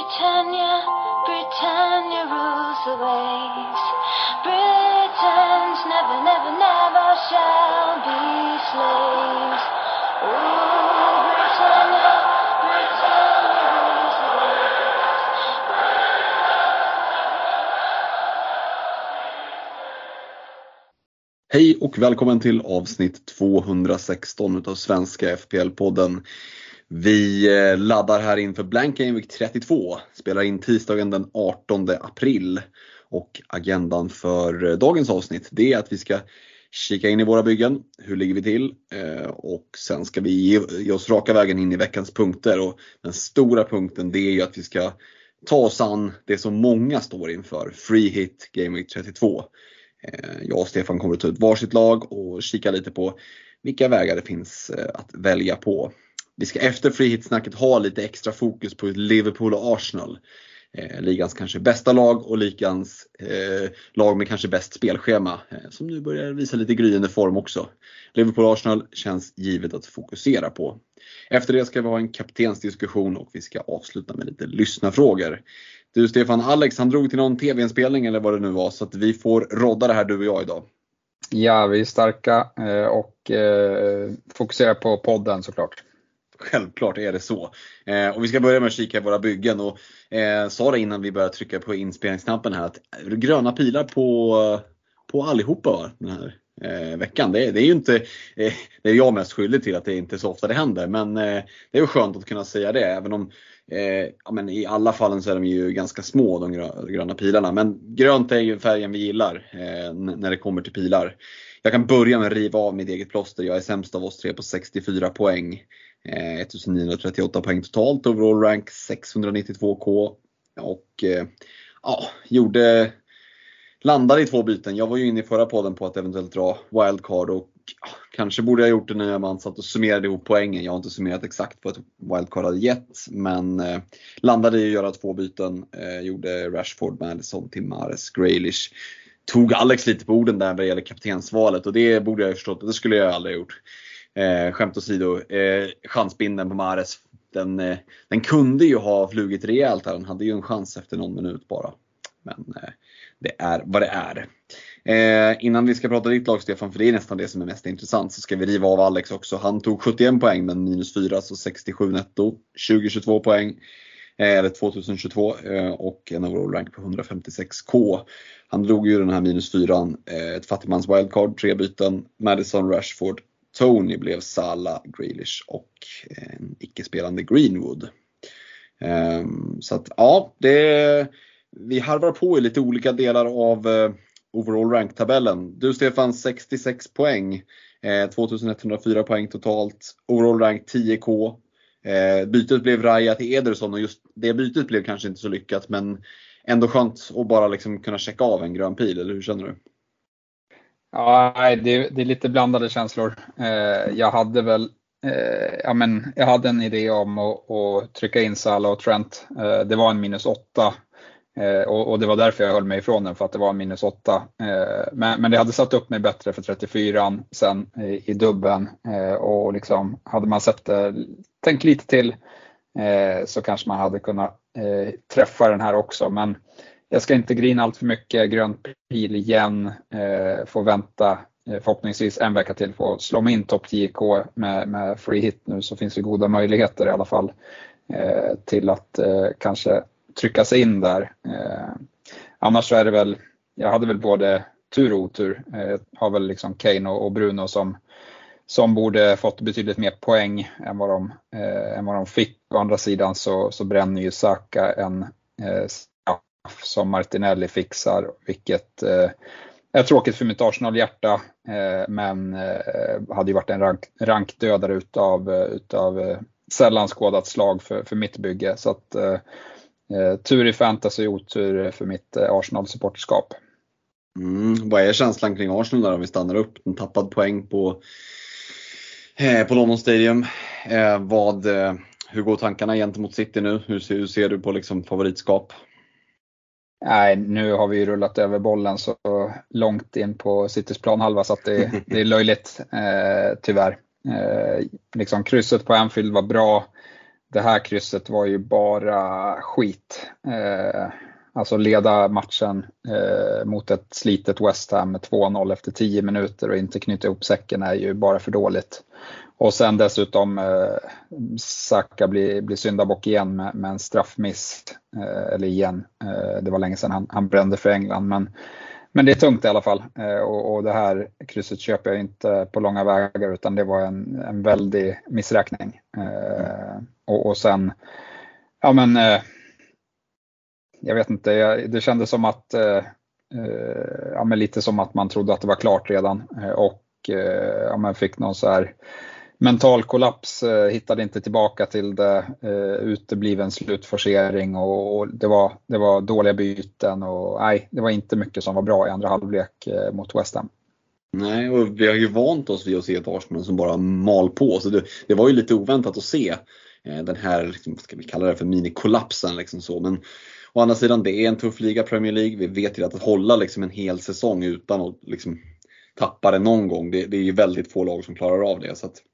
Britannia, Britannia rules the waves. Britons never, never, never shall be slaves. Oh, Britannia, Britannia rules the waves. Hej och välkommen till avsnitt 216 av Svenska FPL-podden. Vi laddar här inför Blank Game Week 32, spelar in tisdagen den 18 april. Och agendan för dagens avsnitt, det är att vi ska kika in i våra byggen, hur ligger vi till? Och sen ska vi ge oss raka vägen in i veckans punkter. Och den stora punkten, det är ju att vi ska ta oss an det som många står inför, Free Hit Game Week 32. Jag och Stefan kommer att ta ut varsitt lag och kika lite på vilka vägar det finns att välja på. Vi ska efter Free Hit-snacket ha lite extra fokus på Liverpool och Arsenal. Ligans kanske bästa lag och ligans lag med kanske bäst spelschema. Som nu börjar visa lite gryende form också. Liverpool och Arsenal känns givet att fokusera på. Efter det ska vi ha en kaptensdiskussion och vi ska avsluta med lite lyssnarfrågor. Du Stefan, Alex han drog till någon tv-inspelning eller vad det nu var, så att vi får rodda det här du och jag idag. Ja, vi är starka och fokuserar på podden såklart. Självklart är det så. Och vi ska börja med att kika i våra byggen. Och sa det innan vi började trycka på inspelningsknappen här att gröna pilar på allihopa den här veckan. Det är ju inte det är jag mest skyldig till att det inte är så ofta det händer. Men det är ju skönt att kunna säga det. Även om men i alla fallen så är de ju ganska små, de gröna pilarna. Men grönt är ju färgen vi gillar när det kommer till pilar. Jag kan börja med att riva av mitt eget plåster. Jag är sämst av oss tre på 64 poäng. 1938 poäng totalt. Overall rank 692k. Och landade i 2 byten. Jag var ju inne i förra podden på att eventuellt dra wildcard. Och kanske borde jag gjort det när man satt och summerade ihop poängen. Jag har inte summerat exakt vad ett wildcard hade gett. Men landade i att göra 2 byten. Gjorde Rashford, Madison till Mahrez, Grealish. Tog Alex lite på orden där vad det gäller kaptensvalet. Och det borde jag ju förstått. Det skulle jag aldrig ha gjort. Skämt åsido, chansbinden på Mahrez, den kunde ju ha flugit rejält här. Den hade ju en chans efter någon minut bara. Men det är vad det är. Innan vi ska prata ditt lag Stefan, för det är nästan det som är mest intressant, så ska vi riva av Alex också. Han tog 71 poäng men -4, så 67 netto. 2022 poäng eller 2022 och en overall rank på 156k. Han drog ju den här -4, ett fattigmans wildcard, 3 byten. Madison, Rashford, Tony blev Salah, Grealish och en icke-spelande Greenwood. Så att ja, vi harvar på i lite olika delar av overall rank-tabellen. Du Stefan, 66 poäng, 2104 poäng totalt, overall rank 10k. Bytet blev Raya till Ederson och just det bytet blev kanske inte så lyckat, men ändå skönt att bara liksom kunna checka av en grön pil, eller hur känner du? Ja, det är lite blandade känslor. Jag hade väl jag hade en idé om att trycka in Salah och Trent. Det var en -8 och det var därför jag höll mig ifrån den, för att det var en -8. Men det hade satt upp mig bättre för 34 sen i dubben, och liksom hade man tänkt lite till så kanske man hade kunnat träffa den här också. Men jag ska inte grina allt för mycket. Grön pil igen. Får vänta förhoppningsvis en vecka till för att slå mig in topp 10k med free hit nu, så finns det goda möjligheter i alla fall till att kanske trycka sig in där. Annars så är det väl, jag hade väl både tur och otur. Jag har väl liksom Kane och Bruno som borde fått betydligt mer poäng än vad de fick. Å andra sidan så bränner ju Saka en som Martinelli fixar, vilket är tråkigt för mitt Arsenal-hjärta, men hade ju varit en rankdödare utav sällan skådat slag för mitt bygge. Så att tur i fantasy och otur för mitt Arsenal-supporterskap. Vad är känslan kring Arsenal där om vi stannar upp? En tappad poäng på London Stadium. Hur går tankarna gentemot City nu? Hur ser du på liksom favoritskap? Nej, nu har vi ju rullat över bollen så långt in på Citys planhalva så att det är löjligt tyvärr. Liksom krysset på Anfield var bra. det här krysset var ju bara skit. Alltså leda matchen mot ett slitet West Ham med 2-0 efter 10 minuter och inte knyta ihop säcken är ju bara för dåligt. Och sen dessutom Saka blir syndabock igen med en straffmiss. Eller igen, det var länge sedan han brände för England. Men det är tungt i alla fall. Och det här krysset köper jag inte på långa vägar, utan det var en väldig missräkning. Och sen, ja men, jag vet inte, det kändes som att, ja men lite som att man trodde att det var klart redan. Och ja men fick någon så här mental kollaps, hittade inte tillbaka till det, utebliven slutforcering och det var dåliga byten och nej, det var inte mycket som var bra i andra halvlek mot West Ham. Nej, och vi har ju vant oss vid att se ett Arsenal som bara mal på, så det var ju lite oväntat att se den här, liksom, ska vi kalla det för minikollapsen liksom så, men å andra sidan, det är en tuff liga, Premier League. Vi vet ju att hålla liksom en hel säsong utan att liksom tappa det någon gång, det är ju väldigt få lag som klarar av det, så att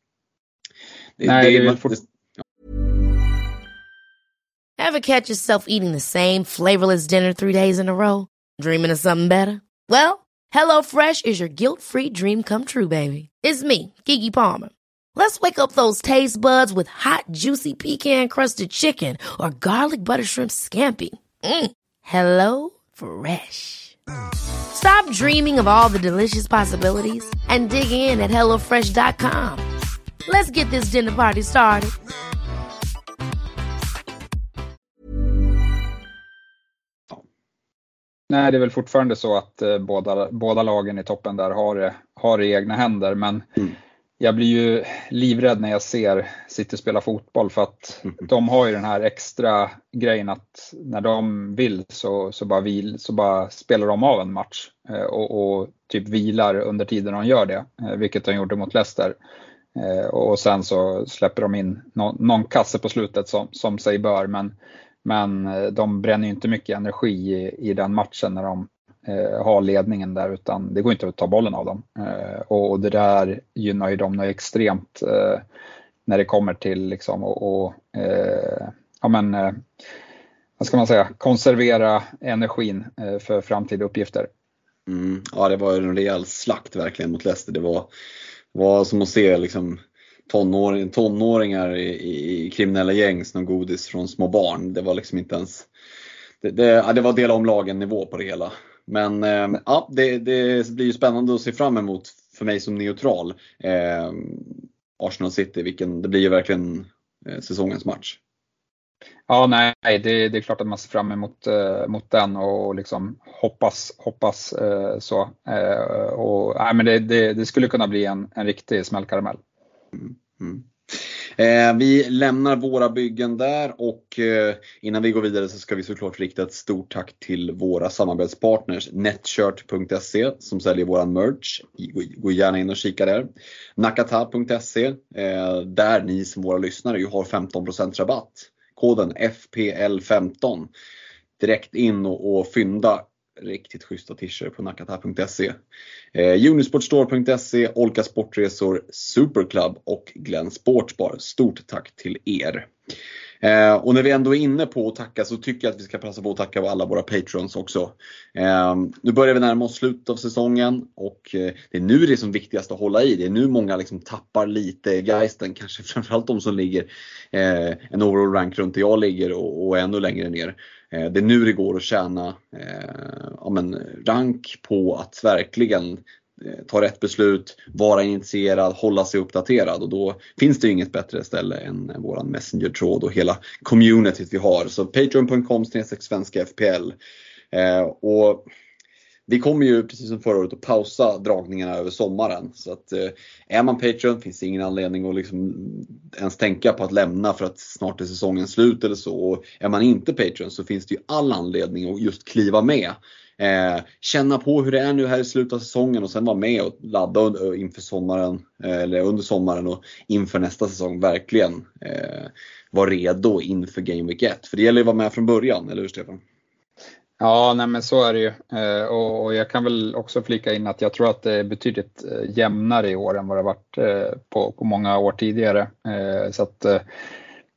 Ever catch yourself eating the same flavorless dinner 3 days in a row? Dreaming of something better? Well, HelloFresh is your guilt-free dream come true, baby. It's me, Keke Palmer. Let's wake up those taste buds with hot, juicy pecan-crusted chicken or garlic butter shrimp scampi. Hello Fresh. Stop dreaming of all the delicious possibilities and dig in at HelloFresh.com. Let's get this dinner party started. Nej, det är väl fortfarande så att båda lagen i toppen där har det i egna händer, men jag blir ju livrädd när jag ser City spela fotboll, för att de har ju den här extra grejen att när de vill så bara spelar de av en match och typ vilar under tiden de gör det, vilket de gjorde mot Leicester. Och sen så släpper de in någon kasse på slutet som sig bör, men de bränner ju inte mycket energi i den matchen när de har ledningen där, utan det går inte att ta bollen av dem. Och det där gynnar ju dem extremt när det kommer till liksom vad ska man säga, konservera energin för framtida uppgifter. Ja, det var en rejäl slakt verkligen mot Leicester. Det var som att se liksom tonåringar i kriminella gäng som godis från små barn. Det var liksom inte ens det var del om lagen nivå på det hela. Men ja, det blir ju spännande att se fram emot för mig som neutral. Arsenal City, det blir ju verkligen säsongens match. Ja, nej, det är klart att man ser fram emot mot den och liksom hoppas så. Och nej, men det skulle kunna bli en riktig smällkaramell. Vi lämnar våra byggen där, och innan vi går vidare så ska vi såklart rikta ett stort tack till våra samarbetspartners Netshirt.se som säljer våran merch. Gå gärna in och kika där. Nakata.se där ni som våra lyssnare ju har 15% rabatt. Koden FPL15. Direkt in och fynda riktigt schyssta t-shirts på nakata.se. Unisportstore.se, Olka Sportresor, Superclub och Glenn Sportsbar. Stort tack till er. Och när vi ändå är inne på att tacka, så tycker jag att vi ska passa på att tacka alla våra patrons också. Nu börjar vi närma oss slutet av säsongen, och det är nu det är som viktigast att hålla i. Det är nu många liksom tappar lite geisten, kanske framförallt de som ligger en overall rank runt där jag ligger och ännu längre ner. Det är nu det går att tjäna rank på att verkligen ta rätt beslut, vara initierad, hålla sig uppdaterad, och då finns det inget bättre ställe än våran Messenger-tråd och hela communityt vi har. Så patreon.com/svenska FPL. Och vi kommer ju precis som förra året att pausa dragningarna över sommaren, så att är man Patreon finns det ingen anledning att liksom ens tänka på att lämna för att snart är säsongen slut eller så. Och är man inte Patreon så finns det ju all anledning att just kliva med. Känna på hur det är nu här i slutet av säsongen och sen vara med och ladda inför sommaren, eller under sommaren och inför nästa säsong. Verkligen vara redo inför Game Week 1. För det gäller ju att vara med från början, eller hur Stefan? Ja, nej, men så är det ju. Och jag kan väl också flika in att jag tror att det är betydligt jämnare i år än vad det varit på många år tidigare. Så att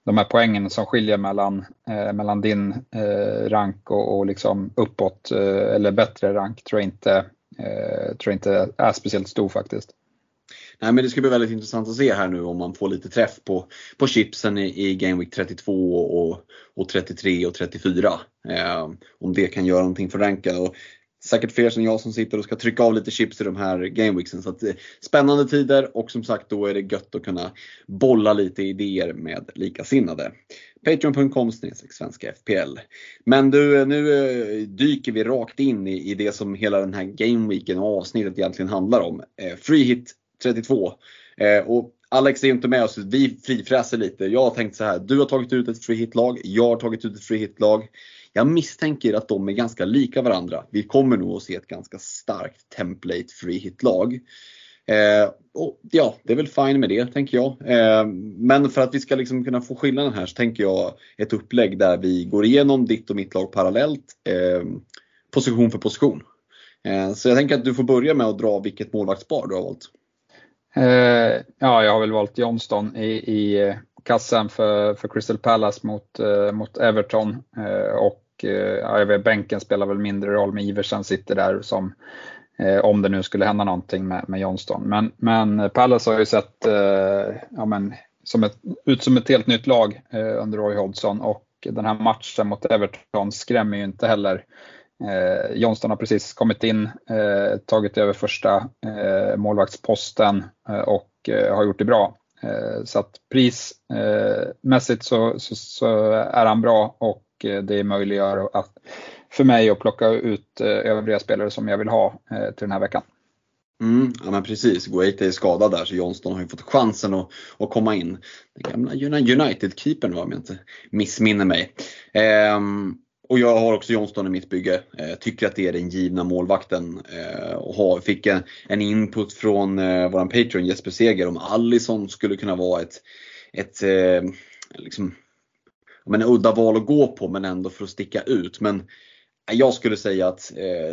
de här poängen som skiljer mellan din rank och liksom uppåt eller bättre rank tror jag inte är speciellt stor faktiskt. Nej, men det ska bli väldigt intressant att se här nu om man får lite träff på chipsen i Game Week 32 och 33 och 34. Om det kan göra någonting för ranken. Och säkert fler som jag som sitter och ska trycka av lite chips i de här Game Weeksen. Så att, spännande tider, och som sagt då är det gött att kunna bolla lite idéer med likasinnade. Patreon.com/svenska FPL. Men du, nu dyker vi rakt in i det som hela den här Game Weeken och avsnittet egentligen handlar om. Free Hit 32. Och Alex är inte med oss, vi frifräser lite. Jag har tänkt så här, du har tagit ut ett free hit-lag, jag har tagit ut ett free hit-lag. Jag misstänker att de är ganska lika varandra. Vi kommer nog att se ett ganska starkt template free hit-lag. Och ja, det är väl fine med det, tänker jag. Men för att vi ska liksom kunna få skillnaden här så tänker jag ett upplägg där vi går igenom ditt och mitt lag parallellt, position för position. Så jag tänker att du får börja med att dra vilket målvaktspar du har valt. Ja, jag har väl valt Johnston i kassan för Crystal Palace mot Everton. Och jag vet, bänken spelar väl mindre roll, med Iversen sitter där som om det nu skulle hända någonting med Johnston. Men Palace har ju sett ut som ett helt nytt lag under Roy Hodgson, och den här matchen mot Everton skrämmer ju inte heller. Johnston har precis kommit in, tagit över första målvaktsposten och har gjort det bra. Så att prismässigt så är han bra, och det möjliggör för mig att plocka ut övriga spelare som jag vill ha till den här veckan. Ja, men precis, Guaita är skadad där, så Johnston har ju fått chansen att komma in. Den gamla United-keepern, om jag inte missminner mig. Och jag har också Johnston i mitt bygge. Tycker att det är den givna målvakten. Och fick en input från våran Patreon Jesper Seger om Alisson skulle kunna vara ett udda val att gå på, men ändå för att sticka ut. Men jag skulle säga att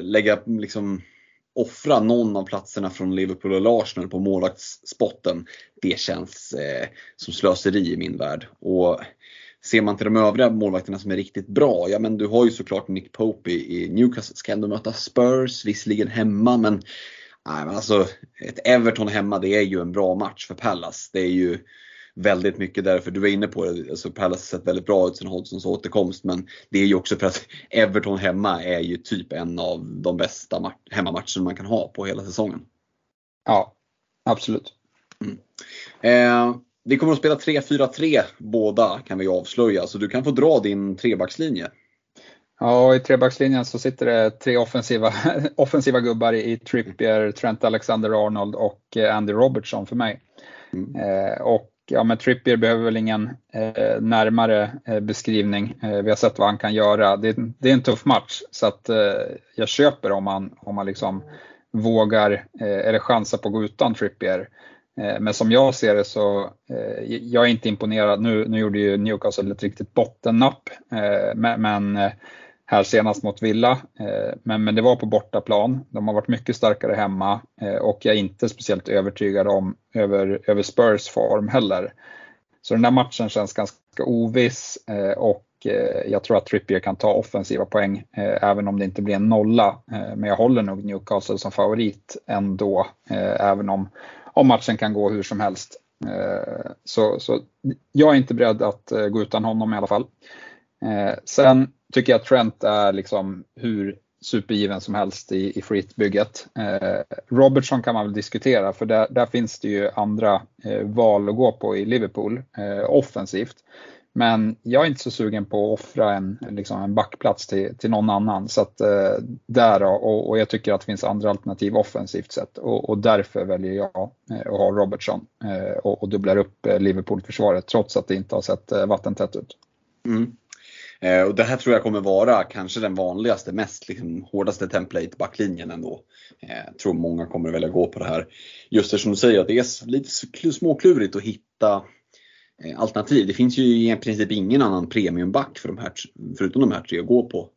offra någon av platserna från Liverpool och Arsenal på målvaktsspotten, det känns som slöseri i min värld. Och ser man till de övriga målvakterna som är riktigt bra, ja men du har ju såklart Nick Pope i Newcastle, ska ändå möta Spurs, visserligen hemma, men alltså ett Everton hemma, det är ju en bra match för Palace. Det är ju väldigt mycket därför du är inne på det. Alltså Palace har sett väldigt bra ut sen Hodgsons återkomst, men det är ju också för att Everton hemma är ju typ en av de bästa hemmamatcherna man kan ha på hela säsongen. Ja, absolut. Vi kommer att spela 3-4-3 båda, kan vi avslöja, så du kan få dra din trebackslinje. Ja, i trebackslinjen så sitter det 3 offensiva gubbar i Trippier, Trent Alexander-Arnold och Andy Robertson för mig. Och ja, men Trippier behöver väl ingen närmare beskrivning. Vi har sett vad han kan göra. Det är en tuff match, så att jag köper om man liksom vågar eller chansar på att gå utan Trippier. Men som jag ser det så jag är inte imponerad. Nu gjorde ju Newcastle ett riktigt bottennapp, men här senast mot Villa. Men det var på bortaplan. De har varit mycket starkare hemma, och jag är inte speciellt övertygad över Spurs form heller. Så den där matchen känns ganska oviss, och jag tror att Trippier kan ta offensiva poäng även om det inte blir en nolla. Men jag håller nog Newcastle som favorit ändå, även om matchen kan gå hur som helst. Så jag är inte beredd att gå utan honom i alla fall. Sen tycker jag att Trent är liksom hur supergiven som helst i free-hit-bygget. Robertson kan man väl diskutera, för där finns det ju andra val att gå på i Liverpool offensivt. Men jag är inte så sugen på att offra en backplats till någon annan. Så att och jag tycker att det finns andra alternativ offensivt sett. Och därför väljer jag att ha Robertson och dubblar upp Liverpool-försvaret, trots att det inte har sett vattentätt ut. Och det här tror jag kommer vara kanske den vanligaste, mest hårdaste template-backlinjen ändå. Jag tror många kommer välja gå på det här. Just det som du säger, att det är lite småklurigt att hitta alternativ. Det finns ju i princip ingen annan premiumback förutom de här 3 att gå på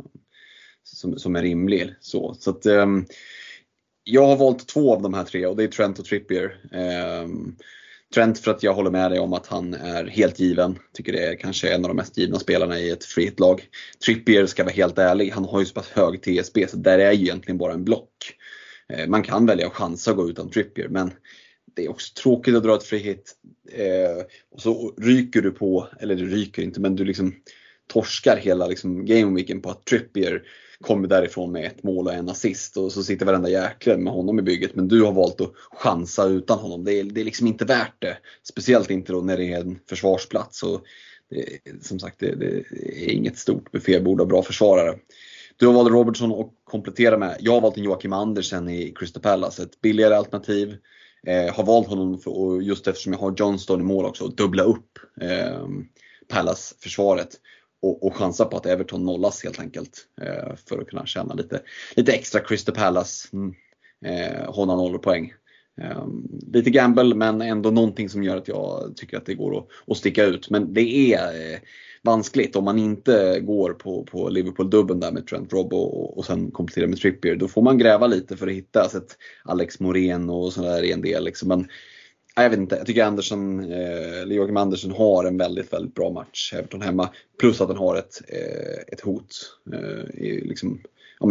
som är rimlig. Så att jag har valt 2 av de här 3, och det är Trent och Trippier. Trent för att jag håller med dig om att han är helt given. Tycker det är kanske en av de mest givna spelarna i ett free hit-lag. Trippier ska vara helt ärlig, han har ju så pass hög TSB så där är ju egentligen bara en block. Man kan välja att chansa att gå utan Trippier, men det är också tråkigt att dra ett free hit. Och så ryker du på, eller du ryker inte, men du liksom torskar hela liksom gameweeken på att Trippier kommer därifrån med ett mål och en assist och så sitter varenda jäkla med honom i bygget, men du har valt att chansa utan honom. Det är liksom inte värt det, speciellt inte då när det är en försvarsplats och som sagt det är inget stort buffébord av bra försvarare. Du har valt Robertson och komplettera med, jag har valt en Joakim Andersen i Crystal Palace, ett billigare alternativ. Har valt honom och just eftersom jag har Johnston i mål också, dubbla upp Palace försvaret och chansa på att Everton nollas helt enkelt, för att kunna tjäna lite extra Crystal Palace, hålla 0 poäng. Lite gamble, men ändå någonting som gör att jag tycker att det går att sticka ut. Men det är vanskligt om man inte går på Liverpool-dubben där med Trent Robb och sen komplettera med Trippier. Då får man gräva lite för att hitta ett Alex Moreno och sådär i en del liksom. Men jag vet inte, jag tycker Joakim Andersen har en väldigt, väldigt bra match Everton hemma, plus att han har ett hot liksom,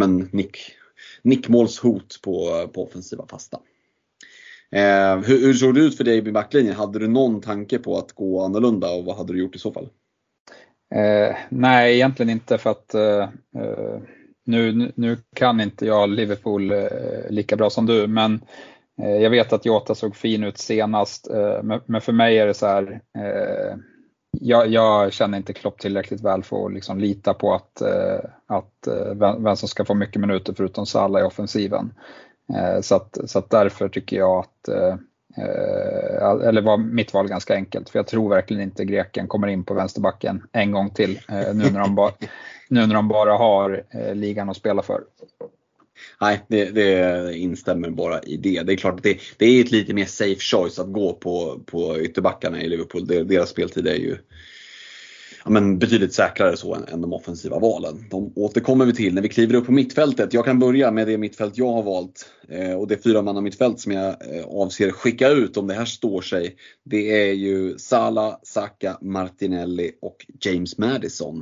nickmålshot på offensiva fasta. Hur såg det ut för dig i backlinjen? Hade du någon tanke på att gå annorlunda och vad hade du gjort i så fall? Nej, egentligen inte, för att nu kan inte jag Liverpool lika bra som du, men jag vet att Jota såg fin ut senast, men för mig är det så här, jag känner inte Klopp tillräckligt väl för att liksom lita på att vem som ska få mycket minuter förutom Salah i offensiven. Så att därför tycker jag att eller var mitt val ganska enkelt, för jag tror verkligen inte greken kommer in på vänsterbacken en gång till nu när de bara har ligan att spela för. Nej, det instämmer bara i det. Det är klart att det är ett lite mer safe choice att gå på ytterbackarna i Liverpool. Deras speltid är ju betydligt säkrare så än de offensiva valen. De återkommer vi till när vi kliver upp på mittfältet. Jag kan börja med det mittfält jag har valt. Och det 4-manna mittfält som jag avser skicka ut om det här står sig. Det är ju Salah, Saka, Martinelli och James Maddison.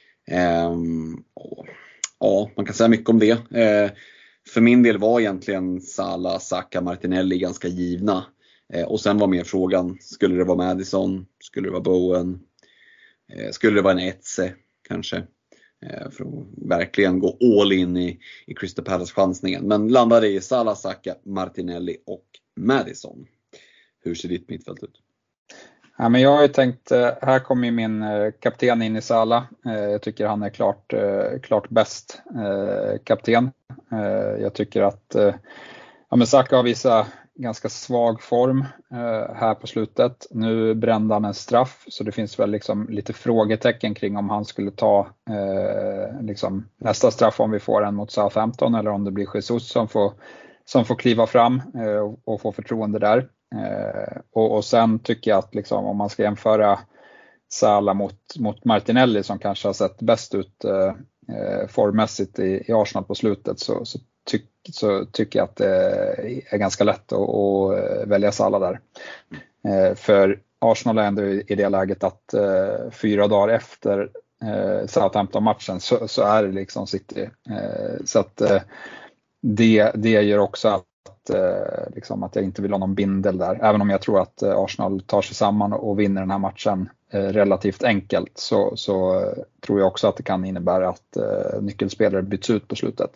Ja, man kan säga mycket om det. För min del var egentligen Salah, Saka, Martinelli ganska givna. Och sen var mer frågan, skulle det vara Maddison? Skulle det vara Bowen? Skulle det vara en Etze kanske? För att verkligen gå all in i Crystal Palace chansningen. Men landade i Salah, Saka, Martinelli och Maddison. Hur ser ditt mittfält ut? Ja, men jag har ju tänkt, här kommer min kapten in i Salah. Jag tycker han är klart bäst kapten. Jag tycker att Saka har visat ganska svag form här på slutet. Nu brände han en straff, så det finns väl liksom lite frågetecken kring om han skulle ta liksom nästa straff om vi får en mot Southampton, eller om det blir Jesus som får kliva fram och få förtroende där. Och sen tycker jag att liksom, om man ska jämföra Salah mot Martinelli, som kanske har sett bäst ut formmässigt i Arsenal på slutet, så tycker jag att det är ganska lätt att välja Salah där. För Arsenal är ändå i det läget att 4 dagar efter Southampton-matchen så är det liksom City. Så att det gör också att jag inte vill ha någon bindel där. Även om jag tror att Arsenal tar sig samman och vinner den här matchen relativt enkelt, så tror jag också att det kan innebära att nyckelspelare byts ut på slutet.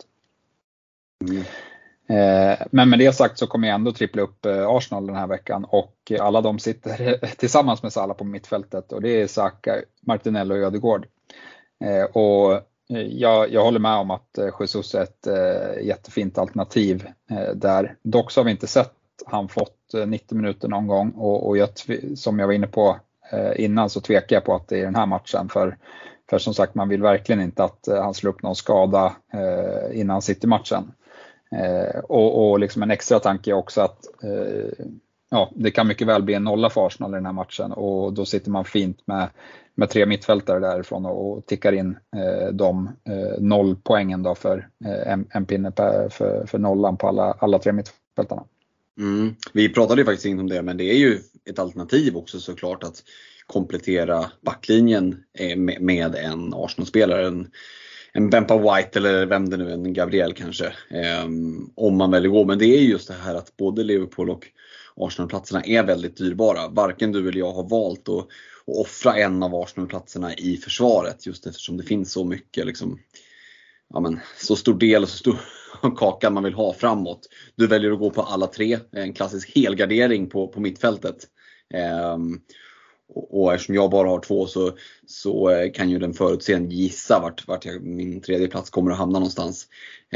Men med det sagt så kommer jag ändå trippla upp Arsenal den här veckan, och alla de sitter tillsammans med Salah på mittfältet, och det är Saka, Martinelli och Ödegaard. Och jag håller med om att Jesus är ett jättefint alternativ där. Dock så har vi inte sett han fått 90 minuter någon gång, och som jag var inne på innan, så tvekar jag på att det är den här matchen, för som sagt, man vill verkligen inte att han slår upp någon skada innan City-matchen. Och liksom en extra tanke är också att det kan mycket väl bli en nolla för Arsenal i den här matchen, och då sitter man fint med 3 mittfältare därifrån och tickar in de 0 poängen då för en pinne för nollan på alla 3 mittfältarna. Vi pratade ju faktiskt inte om det, men det är ju ett alternativ också såklart att komplettera backlinjen med en Arsenal-spelare, en Bempa White eller vem det nu är, en Gabriel kanske, om man väljer gå. Men det är just det här att både Liverpool och Arsenal-platserna är väldigt dyrbara. Varken du eller jag har valt att offra en av Arsenal-platserna i försvaret, just eftersom det finns så mycket liksom, så stor del och så stor kaka man vill ha framåt. Du väljer att gå på alla tre, en klassisk helgardering på mittfältet. Och eftersom jag bara har 2 så kan ju den förutseende gissa vart min tredje plats kommer att hamna någonstans.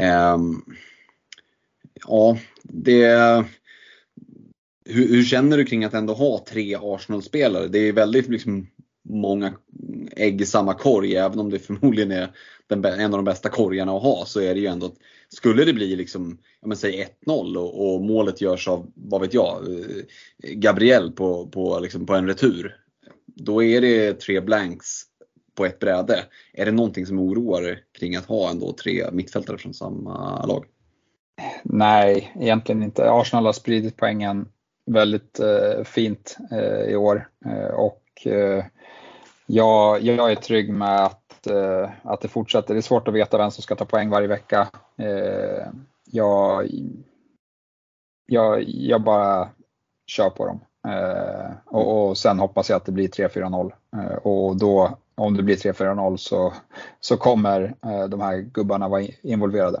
Hur känner du kring att ändå ha 3 Arsenal-spelare? Det är väldigt liksom många ägg i samma korg, även om det förmodligen är en av de bästa korgarna att ha, så är det ju ändå att skulle det bli liksom, säg 1-0 och målet görs av, vad vet jag, Gabriel på en retur, då är det 3 blanks på ett bräde. Är det någonting som oroar kring att ha ändå 3 mittfältare från samma lag? Nej, egentligen inte. Arsenal har spridit poängen väldigt fint i år, och jag är trygg med att det fortsätter. Det är svårt att veta vem som ska ta poäng varje vecka. Jag bara kör på dem. Och sen hoppas jag att det blir 3-4-0. Och då, om det blir 3-4-0 så kommer de här gubbarna vara involverade.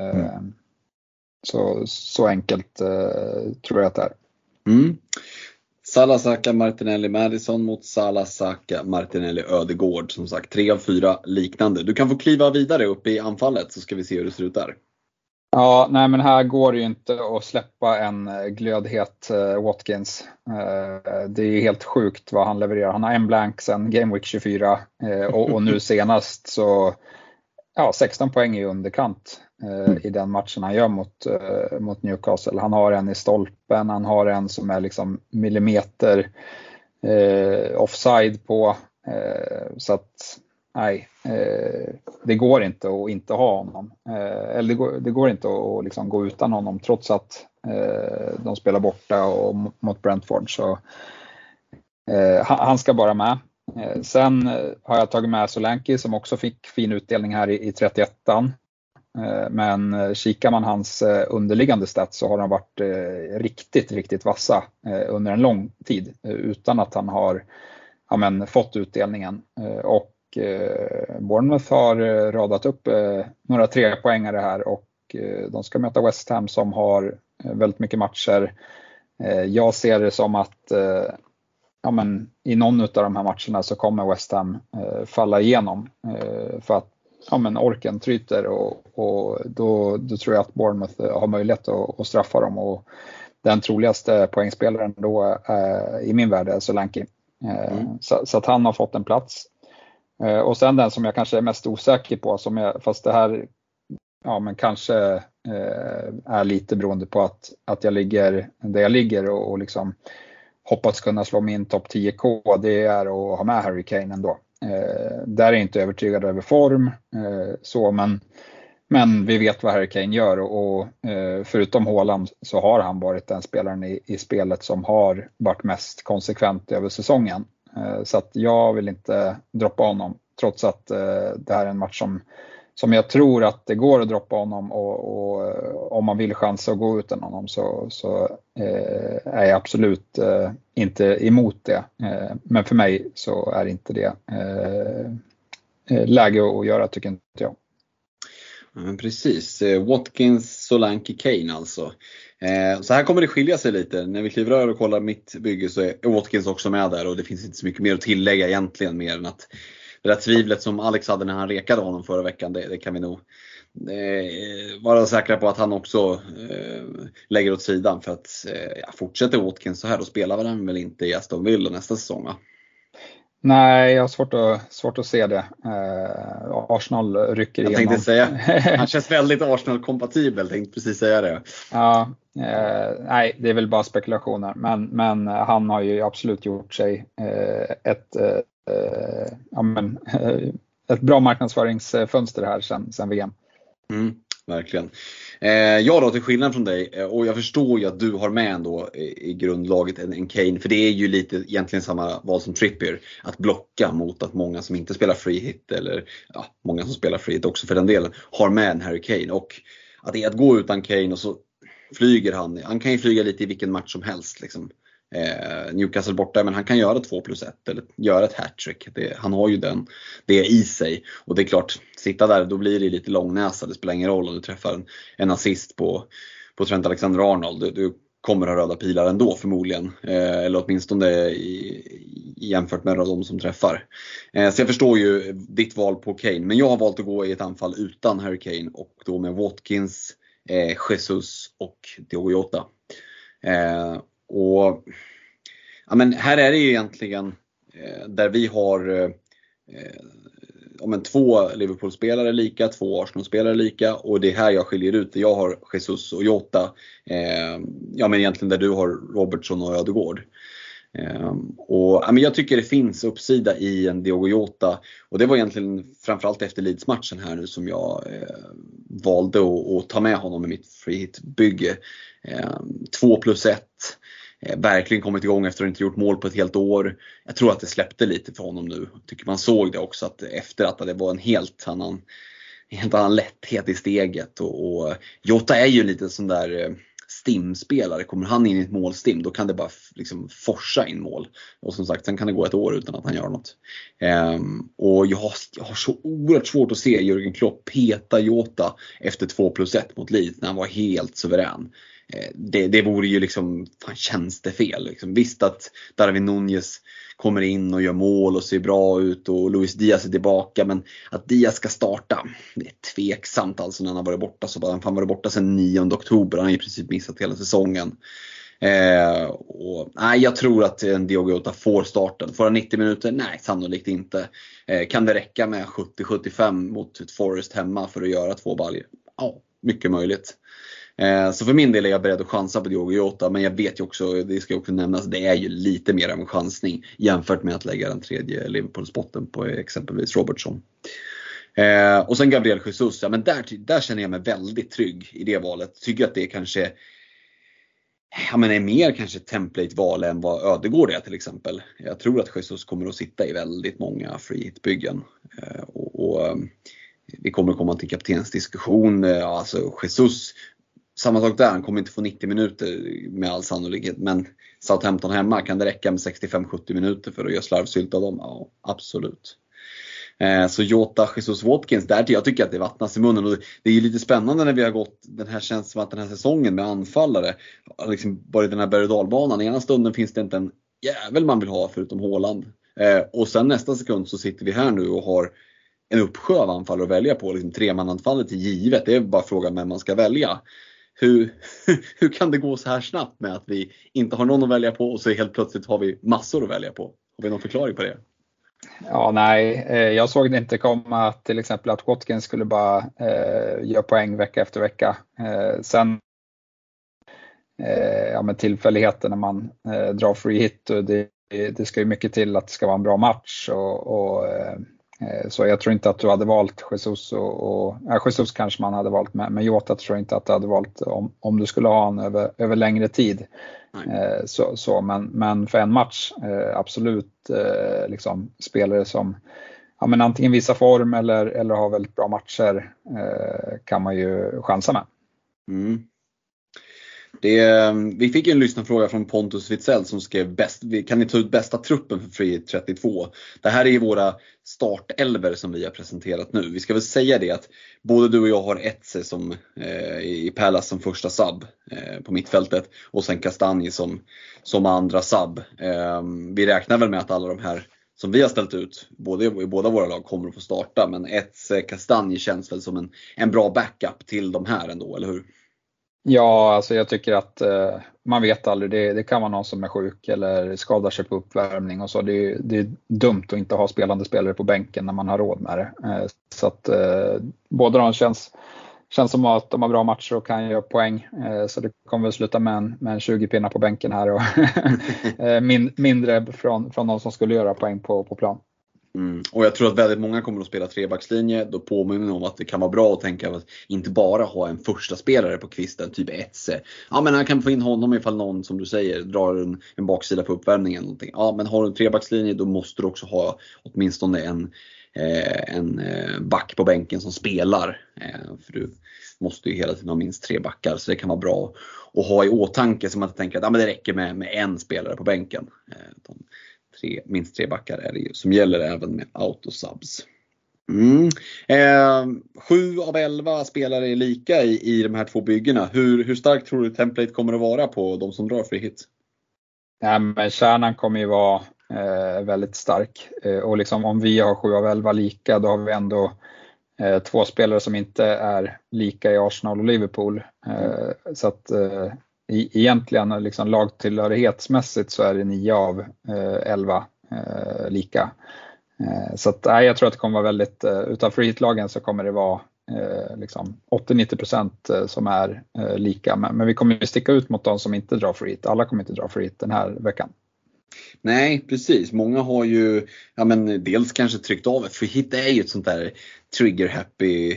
Så enkelt tror jag att det är. Salah, Saka, Martinelli, Madison mot Salah, Saka, Martinelli, Ödegård. Som sagt, 3 av 4 liknande. Du kan få kliva vidare upp i anfallet, så ska vi se hur det ser ut där. Ja, nej, men här går det ju inte att släppa en glödhet Watkins. Det är helt sjukt vad han levererar. Han har en blank sen Game Week 24 och nu senast så 16 poäng i underkant i den matchen han gör mot Newcastle. Han har en i stolpen, han har en som är liksom millimeter offside på, så att nej, det går inte att inte ha honom, eller det går inte att liksom gå utan honom, trots att de spelar borta och mot Brentford, så han ska bara med. Sen har jag tagit med Solanke som också fick fin utdelning här i 31an. Men kikar man hans underliggande stats så har de varit riktigt, riktigt vassa under en lång tid utan att han har fått utdelningen. Och Bournemouth har radat upp några 3-poängare här, och de ska möta West Ham som har väldigt mycket matcher. Jag ser det som att i någon av de här matcherna så kommer West Ham falla igenom för att orken tryter, och då tror jag att Bournemouth har möjlighet att straffa dem, och den troligaste poängspelaren då i min värld är Solanke. Så att han har fått en plats. Och sen den som jag kanske är mest osäker på, fast det här kanske är lite beroende på att jag ligger där jag ligger och liksom hoppas kunna slå min topp 10K, det är att ha med Harry Kane ändå. Där är jag inte övertygad över form, men vi vet vad Harry Kane gör, och förutom Haaland så har han varit den spelaren i spelet som har varit mest konsekvent över säsongen. Så att jag vill inte droppa honom, trots att det här är en match som jag tror att det går att droppa honom, och om man vill chansa att gå utan honom så är jag absolut inte emot det. Men för mig så är inte det läge att göra, tycker inte jag. Men precis, Watkins, Solanke, Kane alltså. Så här kommer det skilja sig lite. När vi kliver över och kollar mitt bygge så är Watkins också med där, och det finns inte så mycket mer att tillägga egentligen, mer än att det där tvivlet som Alex hade när han rekade honom förra veckan, det kan vi nog vara säkra på att han också lägger åt sidan, för att fortsätter Watkins så här, då spelar han väl inte i Aston Villa nästa säsong, va? Nej, jag har svårt att se det. Arsenal rycker igenom. Jag tänkte säga, han känns väldigt Arsenal-kompatibel, tänkte precis säga det. Ja, nej, det är väl bara spekulationer. Men han har ju absolut gjort sig ett bra marknadsföringsfönster här sen VM. verkligen. Jag då, till skillnad från dig, och jag förstår ju att du har med ändå i grundlaget en Kane, för det är ju lite egentligen samma val som Trippier, att blocka mot att många som inte spelar free hit, eller ja, många som spelar free hit också för den delen, har med en Harry Kane. Och att det är att gå utan Kane och så flyger han kan ju flyga lite i vilken match som helst liksom. Newcastle borta, men han kan göra 2+1 eller göra ett hattrick. Han har ju det i sig, och det är klart, sitta där, då blir det lite långnäsa. Det spelar ingen roll om du träffar en assist på Trent Alexander-Arnold. Du kommer ha röda pilar ändå förmodligen, eller åtminstone jämfört med de som träffar. Så jag förstår ju ditt val på Kane, men jag har valt att gå i ett anfall utan Harry Kane, och då med Watkins, Jesus och Diogo Jota. Och ja, men här är det ju egentligen där vi har två Liverpool-spelare lika, två Arsenal-spelare lika, och det är här jag skiljer ut. Jag har Jesus och Jota, men egentligen där du har Robertson och Ödegaard. Och ja, men jag tycker det finns uppsida i en Diogo Jota, och det var egentligen framförallt efter Leeds-matchen här nu som jag valde att ta med honom i mitt free hit-bygge. 2+1, verkligen kommit igång efter att inte gjort mål på ett helt år. Jag tror att det släppte lite för honom nu. Tycker man såg det också, att efter att det var en helt annan lätthet i steget, och Jota är ju lite sån där stimspelare. Kommer han in i ett målstim, då kan det bara liksom forsa in mål. Och som sagt, sen kan det gå ett år utan att han gör något. Och jag har så oerhört svårt att se Jürgen Klopp peta Jota efter 2+1 mot Leeds när han var helt suverän. Det vore ju liksom tjänstefel liksom. Visst att Darwin Núñez kommer in och gör mål och ser bra ut, och Luis Diaz är tillbaka, men att Diaz ska starta, det är tveksamt alltså när han har varit borta. Så han varit borta sedan 9 oktober, han har i princip missat hela säsongen. Jag tror att en Diogo Jota får starten. Får han 90 minuter? Nej, sannolikt inte. Kan det räcka med 70-75 mot ett Forest hemma för att göra 2 baljor? Ja, mycket möjligt. Så för min del är jag beredd att chansa på Diogo Jota, men jag vet ju också, det ska också nämnas, det är ju lite mer av en chansning jämfört med att lägga den tredje Liverpool-spotten på exempelvis Robertson. Och sen Gabriel Jesus, ja, men där känner jag mig väldigt trygg i det valet. Tycker att det kanske är mer kanske template-val än vad Ödegaard är till exempel. Jag tror att Jesus kommer att sitta i väldigt många free hit-byggen, och vi kommer att komma till kaptensdiskussion. Alltså Jesus, samma sak där, han kommer inte få 90 minuter med all sannolikhet, men Southampton hemma, kan det räcka med 65-70 minuter för att göra slarvsylt av dem? Ja, absolut. Så Jota, Jesus, Watkins, där jag tycker att det vattnas i munnen, och det är ju lite spännande när vi har gått den här, känns som att den här säsongen med anfallare liksom bara i den här berg- och dalbanan. I ena stunden finns det inte en jävel man vill ha förutom Haaland, och sen nästa sekund så sitter vi här nu och har en uppsjö av anfall att välja på. Liksom, tremananfallet är givet, det är bara frågan vem man ska välja. Hur kan det gå så här snabbt med att vi inte har någon att välja på, och så helt plötsligt har vi massor att välja på? Har vi någon förklaring på det? Ja, nej, jag såg det inte komma att till exempel att Watkins skulle bara göra poäng vecka efter vecka. Sen med tillfälligheter när man drar free hit, och det ska ju mycket till att det ska vara en bra match, så jag tror inte att du hade valt Jesus, och Jesus kanske man hade valt, men Jota tror jag inte att du hade valt om du skulle ha han över längre tid. Men för en match absolut, liksom spelare som antingen visar form eller har väldigt bra matcher, kan man ju chansa med. Vi fick en lyssnarfråga från Pontus Witzell som skrev kan ni ta ut bästa truppen för Free 32? Det här är ju våra startelver som vi har presenterat nu. Vi ska väl säga det att både du och jag har Etze som i Palace som första sub på mittfältet, och sen Castagne som andra sub. Vi räknar väl med att alla de här som vi har ställt ut i båda våra lag kommer att få starta, men Etze, Castagne känns väl som en bra backup till de här ändå, eller hur? Ja, alltså jag tycker att man vet aldrig, det kan vara någon som är sjuk eller skadar sig på uppvärmning och så. Det är dumt att inte ha spelande spelare på bänken när man har råd med det. Så att båda de känns som att de har bra matcher och kan göra poäng. Så det kommer väl sluta med en 20 pinnar på bänken här och mindre från de som skulle göra poäng på plan. Och jag tror att väldigt många kommer att spela trebackslinje. Då påminner jag om att det kan vara bra att tänka att inte bara ha en första spelare på kvisten, typ Etze. Ja, men han kan få in honom ifall någon, som du säger, drar en baksida på uppvärmningen eller någonting. Ja, men har du en trebackslinje, då måste du också ha åtminstone en back på bänken som spelar. För du måste ju hela tiden ha minst 3 backar, så det kan vara bra att ha i åtanke, så man inte tänker att men det räcker med en spelare på bänken. Minst 3 backar är det ju som gäller även med autosubs. 7 av 11 spelare är lika i de här 2 byggena. Hur starkt tror du template kommer att vara på de som drar free hit? Ja, men kärnan kommer ju vara väldigt stark. Och liksom, om vi har 7 av 11 lika, då har vi ändå 2 spelare som inte är lika i Arsenal och Liverpool. Så att egentligen liksom lagtillhörighetsmässigt så är det 9 av 11 lika. Så att, jag tror att det kommer vara väldigt, utav free hit-lagen så kommer det vara liksom 80-90% som är lika. Men vi kommer ju sticka ut mot de som inte drar free hit. Alla kommer inte dra free hit den här veckan. Nej, precis. Många har ju dels kanske tryckt av. För hit är ju ett sånt där trigger happy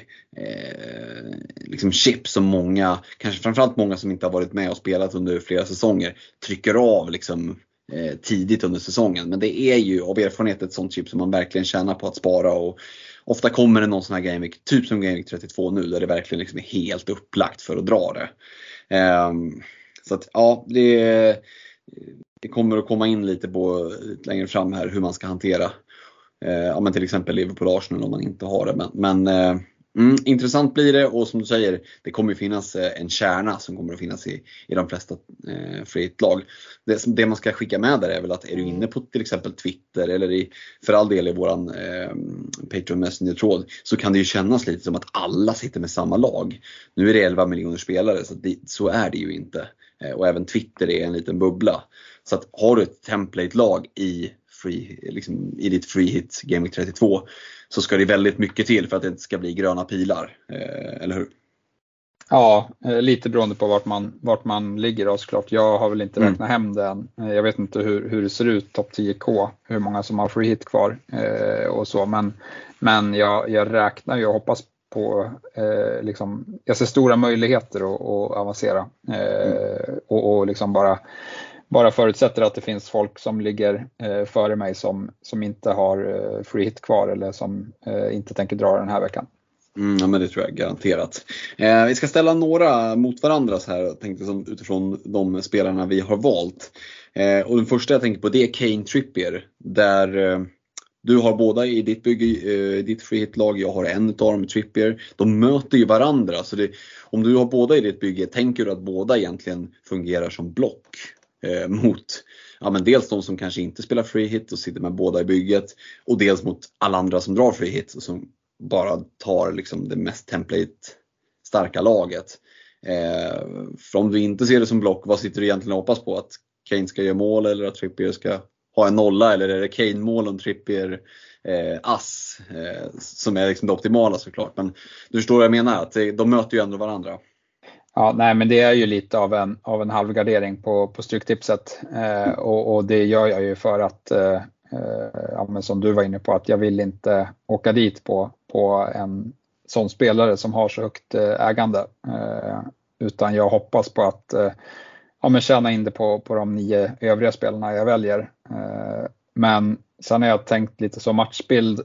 liksom chip som många, kanske framförallt många som inte har varit med och spelat under flera säsonger, trycker av liksom tidigt under säsongen. Men det är ju av erfarenhet ett sånt chip som man verkligen tjänar på att spara, och ofta kommer det någon sån här gameweek, typ som gameweek 32 nu, där det verkligen liksom är helt upplagt för att dra det. Så att ja, det kommer att komma in lite på längre fram här hur man ska hantera men till exempel Liverpool Arsenal om man inte har det. Men intressant blir det, och som du säger, det kommer ju finnas en kärna som kommer att finnas i de flesta free hit-lag. Det man ska skicka med där är väl att är du inne på till exempel Twitter eller för all del i våran Patreon Messenger-tråd, så kan det ju kännas lite som att alla sitter med samma lag. Nu är det 11 miljoner spelare, så är det ju inte. Och även Twitter är en liten bubbla. Så att har du ett template-lag i ditt free hit Game Week 32, så ska det väldigt mycket till för att det inte ska bli gröna pilar, eller hur? Ja, lite beroende på vart man ligger då, såklart. Jag har väl inte räknat hem den. Jag vet inte hur det ser ut topp 10K, hur många som har free hit kvar och så, men jag räknar ju och hoppas på liksom, jag ser stora möjligheter att avancera och liksom bara förutsätter att det finns folk som ligger före mig som inte har free hit kvar eller som inte tänker dra den här veckan. Ja, men det tror jag garanterat. Vi ska ställa några mot varandra så här, tänkte som utifrån de spelarna vi har valt. Och den första jag tänker på, det är Kane Trippier, där du har båda i ditt bygge, ditt free hit-lag, jag har en utav dem i Trippier. De möter ju varandra, så om du har båda i ditt bygge, tänker du att båda egentligen fungerar som block mot men dels de som kanske inte spelar free hit och sitter med båda i bygget, och dels mot alla andra som drar free hit och som bara tar liksom det mest template starka laget. För om du inte ser det som block, vad sitter du egentligen och hoppas på? Att Kane ska göra mål, eller att Trippier ska ha en nolla, eller är det Kane mål och Trippier ass som är liksom det optimala, såklart. Men du förstår vad jag menar, att de möter ju ändå varandra. Ja, nej, men det är ju lite av en halvgardering på stryktipset, och det gör jag ju för att men som du var inne på, att jag vill inte åka dit på en sån spelare som har så högt ägande, utan jag hoppas på att tjäna in det på de 9 övriga spelarna jag väljer. Men sen har jag tänkt lite så matchbild.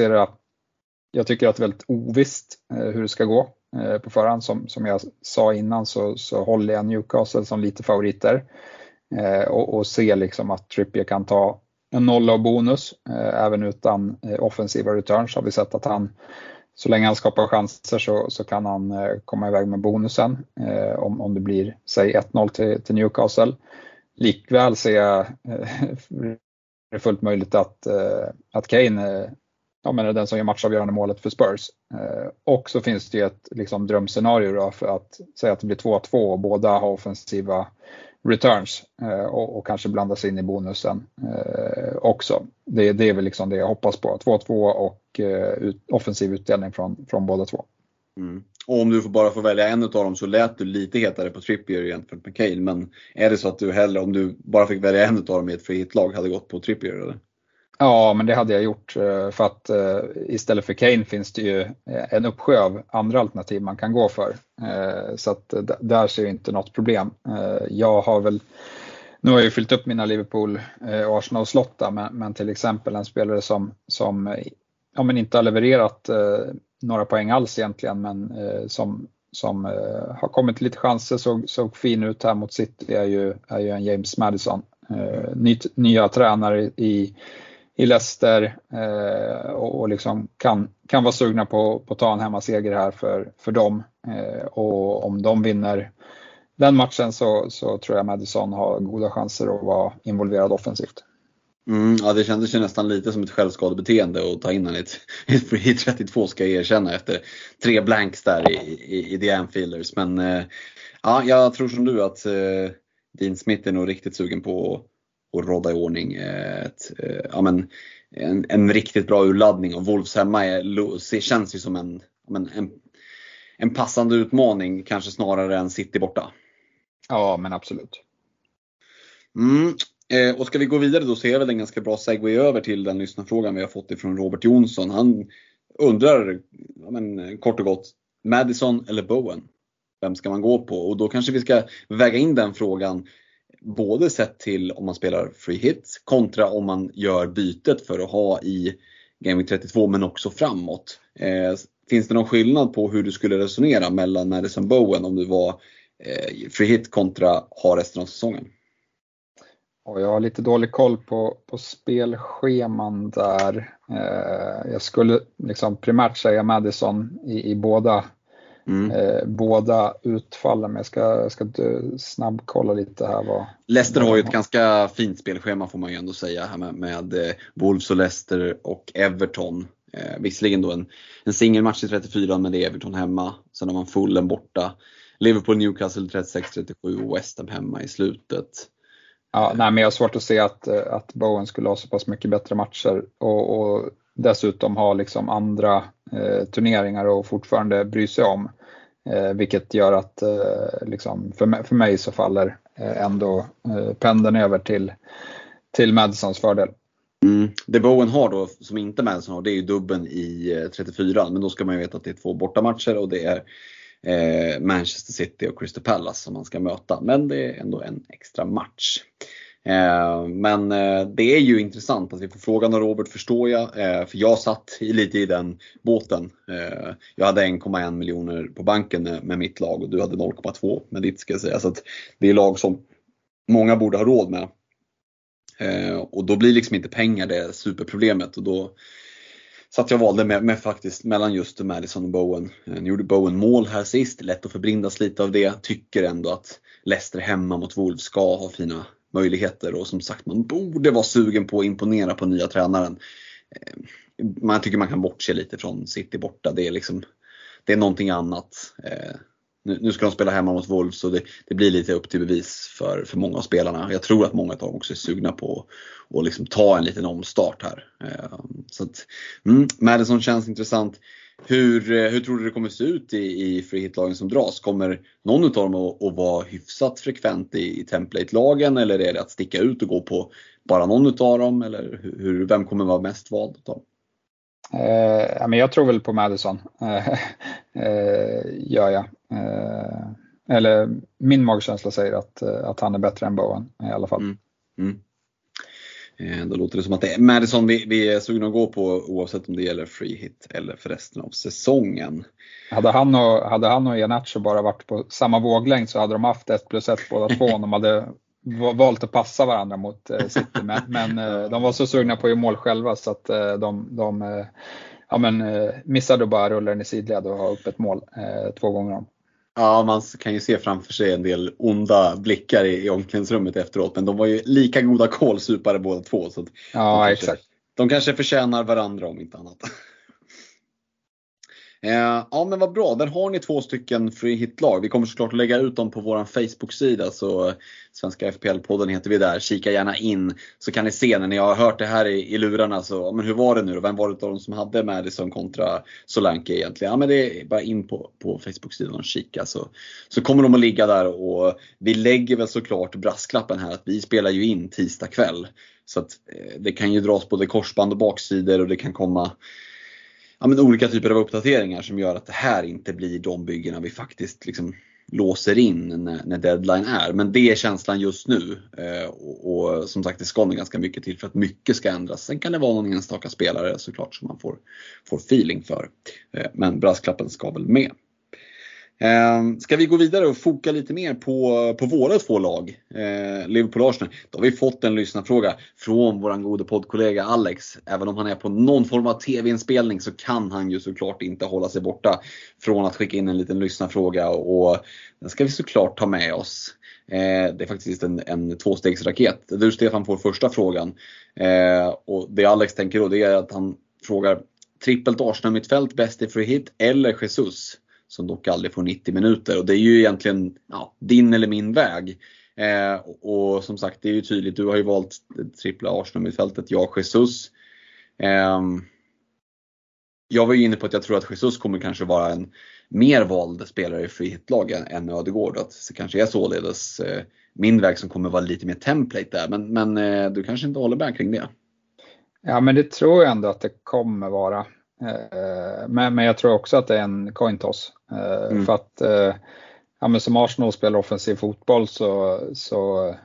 Jag tycker att det är väldigt ovisst hur det ska gå på förhand. Som jag sa innan, så håller jag Newcastle som lite favoriter, och ser liksom att Trippier kan ta en nolla och bonus även utan offensiva returns. Har vi sett att han, så länge han skapar chanser, så kan han komma iväg med bonusen om det blir, säg 1-0 till Newcastle. Likväl ser jag det är fullt möjligt att Kane är den som gör matchavgörande målet för Spurs. Och så finns det ju ett liksom drömscenario då, för att säga att det blir 2-2 och båda har offensiva returns och kanske blandas in i bonusen också. Det är väl liksom det jag hoppas på. 2-2 och offensiv utdelning från båda två. Och om du bara får välja en av dem, så lät du lite hetare på Trippier jämfört med Kane. Men är det så att du hellre, om du bara fick välja en av dem i ett free hit-lag, hade gått på Trippier, eller? Ja, men det hade jag gjort för att istället för Kane finns det ju en uppsjö av andra alternativ man kan gå för. Så att där ser jag inte något problem. Jag har väl, nu har jag ju fyllt upp mina Liverpool och Arsenal-slott där, men till exempel en spelare som ja, men inte har levererat några poäng alls egentligen, men som har kommit lite chanser, såg fin ut här mot City, är ju en James Maddison. Nya tränare i Leicester och liksom kan vara sugna på att ta en hemmaseger här för dem. Och om de vinner den matchen så tror jag Maddison har goda chanser att vara involverad offensivt. Ja, det kändes ju nästan lite som ett självskadebeteende att ta in en ett free 32, ska jag erkänna, efter 3 blanks där i The Anfielders. Men ja, jag tror som du att Dean Smith är nog riktigt sugen på att råda i ordning en riktigt bra urladdning. Och Wolves hemma känns ju som en passande utmaning, kanske snarare än City borta. Ja, men absolut. Och ska vi gå vidare då, så är väl en ganska bra segway över till den lyssnarfrågan vi har fått ifrån Robert Jonsson. Han undrar, kort och gott, Maddison eller Bowen? Vem ska man gå på? Och då kanske vi ska väga in den frågan både sett till om man spelar free hit kontra om man gör bytet för att ha i Game Week 32, men också framåt. Finns det någon skillnad på hur du skulle resonera mellan Maddison och Bowen om du var free hit kontra ha resten av säsongen? Och jag har lite dålig koll på spelscheman där. Jag skulle liksom primärt säga Maddison i båda utfallen, men jag ska snabbkolla lite här. Leicester har ju ett ganska fint spelschema, får man ju ändå säga, här med Wolves och Leicester och Everton. Visserligen då en singelmatch i 34, men det är Everton hemma. Sen har man Fulham borta, Liverpool, Newcastle 36-37 och West Ham hemma i slutet. Ja, nej, men jag har svårt att se att Bowen skulle ha så pass mycket bättre matcher och dessutom ha liksom andra turneringar och fortfarande bry sig om. Vilket gör att liksom för mig så faller ändå pendeln över till Maddisons fördel. Det Bowen har då, som inte Maddison har, det är ju dubben i 34. Men då ska man ju veta att det är 2 bortamatcher och det är Manchester City och Crystal Palace som man ska möta. Men det är ändå en extra match. Men det är ju intressant att vi får frågan av Robert, förstår jag. För jag satt lite i den båten. Jag hade 1,1 miljoner på banken med mitt lag och du hade 0,2 med ditt, ska jag säga. Så att det är lag som många borde ha råd med. Och då blir liksom inte pengar det superproblemet. Och då satt jag valde med faktiskt mellan just Maddison och Bowen. Nu gjorde Bowen mål här sist, lätt att förbrindas lite av det. Tycker ändå att Leicester hemma mot Wolves ska ha fina möjligheter. Och som sagt, man borde vara sugen på att imponera på nya tränaren. Man tycker man kan bortse lite från City borta. Det är någonting annat. Nu ska de spela hemma mot Wolves, och det blir lite upp till bevis för många av spelarna. Jag tror att många av dem också är sugna på att liksom ta en liten omstart här. Så att, Maddison känns intressant. Hur tror du det kommer se ut i free hit-lagen som dras? Kommer någon av dem att vara hyfsat frekvent i template-lagen, eller är det att sticka ut och gå på bara någon av dem? Eller vem kommer vara mest vald av dem? Men jag tror väl på Maddison. Gör jag. Eller min magkänsla säger att han är bättre än Bowen i alla fall. Då låter det som att det är Maddison vi är sugna att gå på, oavsett om det gäller free hit eller för resten av säsongen. Hade han och Iheanacho bara varit på samma våglängd så hade de haft 1+1 båda två. De hade valt att passa varandra mot City, men de var så sugna på att göra mål själva så att de missade bara rullen i sidled och ha upp ett mål 2 gånger om. Ja, man kan ju se framför sig en del onda blickar i omklädningsrummet efteråt, men de var ju lika goda kålsupare båda två, så att ja, exakt. De kanske förtjänar varandra om inte annat. Ja, men vad bra. Där har ni 2 stycken free hit-lag. Vi kommer såklart att lägga ut dem på vår Facebook-sida. Så Svenska FPL-podden heter vi där. Kika gärna in, så kan ni se när ni har hört det här i lurarna. Så, men hur var det nu då? Vem var det av dem som hade Maddison kontra Solanke egentligen? Ja, men det är bara in på Facebook-sidan och kika. Så kommer de att ligga där. Och vi lägger väl såklart brasklappen här att vi spelar ju in tisdag kväll. Så att det kan ju dras både korsband och baksidor, och det kan komma olika typer av uppdateringar som gör att det här inte blir de byggena vi faktiskt liksom låser in när deadline är. Men det är känslan just nu, och som sagt, det ska nog ganska mycket till för att mycket ska ändras. Sen kan det vara någon enstaka spelare såklart som man får feeling för, men brasklappen ska väl med. Ska vi gå vidare och foka lite mer på våra två lag, Liverpool och Arsenal? Då har vi fått en lyssnarfråga från våran gode poddkollega Alex. Även om han är på någon form av tv-inspelning så kan han ju såklart inte hålla sig borta från att skicka in en liten lyssnarfråga, och den ska vi såklart ta med oss. Det är faktiskt en tvåstegsraket. Du, Stefan, får första frågan, och det Alex tänker då, det är att han frågar: trippelt Arsenal mittfält, bäst i free hit eller Jesus, som dock aldrig får 90 minuter. Och det är ju egentligen din eller min väg. Och som sagt, det är ju tydligt. Du har ju valt trippla Arsenal-mittfältet, jag Jesus. Jag var ju inne på att jag tror att Jesus kommer kanske vara en mer vald spelare i free hit-lag än Ödegaard. Att det kanske är således min väg som kommer vara lite mer template där. Men du kanske inte håller med kring det? Ja, men det tror jag ändå att det kommer vara. Men jag tror också att det är en coin toss. För att men som Arsenal spelar offensiv fotboll så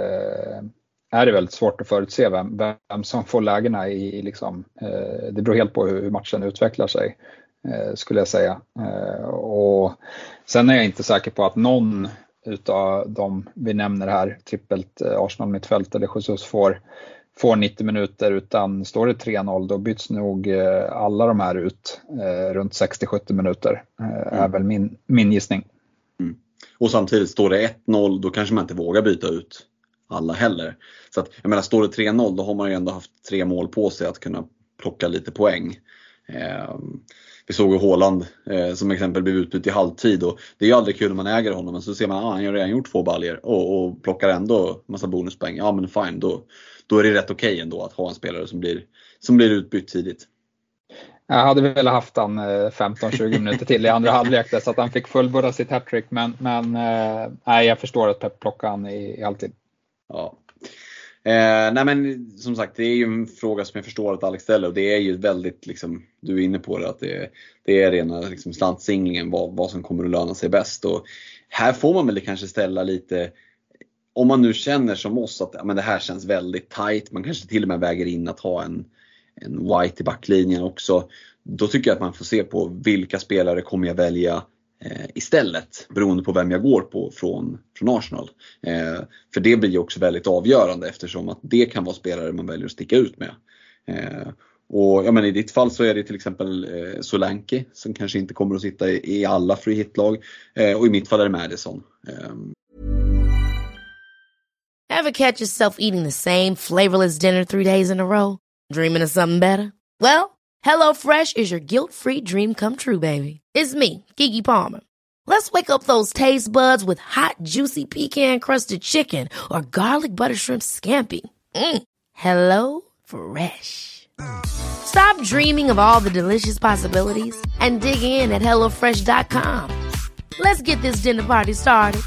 är det väldigt svårt att förutse vem som får lägena i liksom, det beror helt på hur matchen utvecklar sig, skulle jag säga. Och sen är jag inte säker på att någon utav de vi nämner här, trippelt Arsenal mittfält eller Jesus, får 90 minuter, utan står det 3-0 då byts nog alla de här ut runt 60-70 minuter, är väl min gissning. Och samtidigt står det 1-0, då kanske man inte vågar byta ut alla heller. Så att, jag menar, står det 3-0 då har man ju ändå haft 3 mål på sig att kunna plocka lite poäng. Vi såg ju Haaland som exempel blev utbytt i halvtid, och det är ju aldrig kul när man äger honom, men så ser man han har redan gjort 2 baljer och plockar ändå massa bonuspoäng. Ja, men fine, då är det rätt okej ändå att ha en spelare som blir utbytt tidigt. Jag hade väl haft han 15-20 minuter till i andra halvlek så att han fick fullborda sitt hattrick, men jag förstår att Pep plockar han i alltid. Ja. Nej, men som sagt, det är ju en fråga som jag förstår att Alex ställer, och det är ju väldigt liksom, du är inne på det, att det är rena liksom slantsinglingen vad som kommer att löna sig bäst, och här får man väl kanske ställa lite, om man nu känner som oss att men det här känns väldigt tight, man kanske till och med väger in att ha en White i backlinjen också, då tycker jag att man får se på vilka spelare kommer jag välja istället, beroende på vem jag går på från Arsenal. För det blir ju också väldigt avgörande, eftersom att det kan vara spelare man väljer att sticka ut med. Och jag menar, i ditt fall så är det till exempel Solanke som kanske inte kommer att sitta i alla free hit-lag, och i mitt fall är det Madison. Ever catch yourself eating the same flavorless dinner 3 days in a row? Dreaming of something better? Well, HelloFresh is your guilt-free dream come true, baby. It's me, Keke Palmer. Let's wake up those taste buds with hot, juicy pecan-crusted chicken or garlic butter shrimp scampi. Hello Fresh. Stop dreaming of all the delicious possibilities and dig in at HelloFresh.com. Let's get this dinner party started.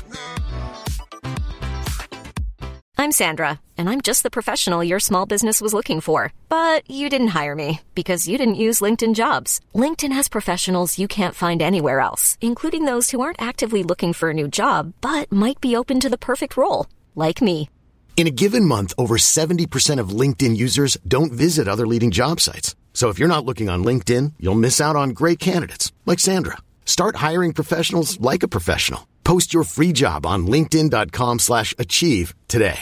I'm Sandra, and I'm just the professional your small business was looking for. But you didn't hire me because you didn't use LinkedIn Jobs. LinkedIn has professionals you can't find anywhere else, including those who aren't actively looking for a new job, but might be open to the perfect role, like me. In a given month, over 70% of LinkedIn users don't visit other leading job sites. So if you're not looking on LinkedIn, you'll miss out on great candidates like Sandra. Start hiring professionals like a professional. Post your free job on linkedin.com/achieve today.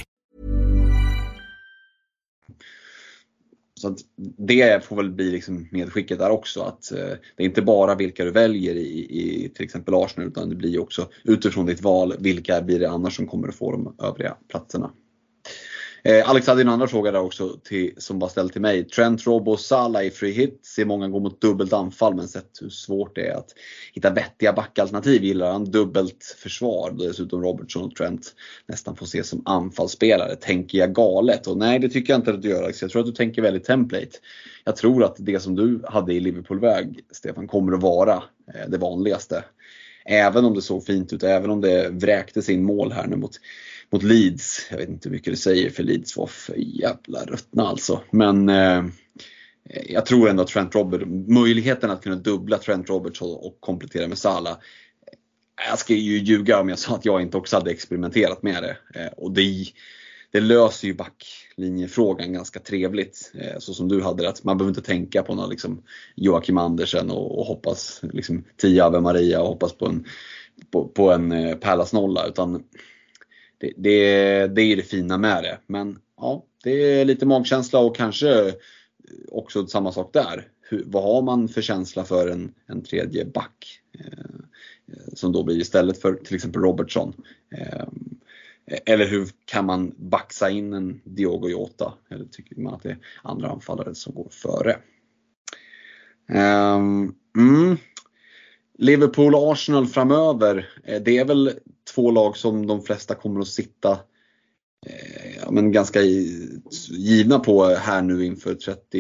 Så att det får väl bli liksom medskicket där också, att det är inte bara vilka du väljer i till exempel Arsenal, utan det blir också utifrån ditt val, vilka blir det annars som kommer att få de övriga platserna. Alex hade en andra fråga där också som var ställd till mig. Trent, Robo och Salah i free hit. Ser många gå mot dubbelt anfall, men sett hur svårt det är att hitta vettiga backalternativ gillar han dubbelt försvar. Dessutom Robertson och Trent nästan får se som anfallsspelare. Tänker jag galet? Och nej, det tycker jag inte att du gör, Alex. Jag tror att du tänker väldigt template. Jag tror att det som du hade i Liverpool-väg, Stefan, kommer att vara det vanligaste. Även om det såg fint ut, även om det vräktes in mål här nu mot Leeds. Jag vet inte hur mycket det säger, för Leeds var för jävla ruttna alltså. Men jag tror ändå att möjligheten att kunna dubbla Trent Roberts och komplettera med Salah. Jag ska ju ljuga om jag sa att jag inte också hade experimenterat med det. Och det löser ju backlinjefrågan ganska trevligt. Så som du hade, att man behöver inte tänka på någon liksom Joakim Andersen och hoppas liksom 10 Ave Maria och hoppas på en Pärlas nolla, utan det är det fina med det. Men ja, det är lite magkänsla och kanske också samma sak där. Vad har man för känsla för en tredje back som då blir istället för till exempel Robertson? Eller hur kan man baxa in en Diogo Jota? Eller tycker man att det är andra anfallare som går före? Liverpool och Arsenal framöver. Det är väl 2 lag som de flesta kommer att sitta men ganska givna på här nu inför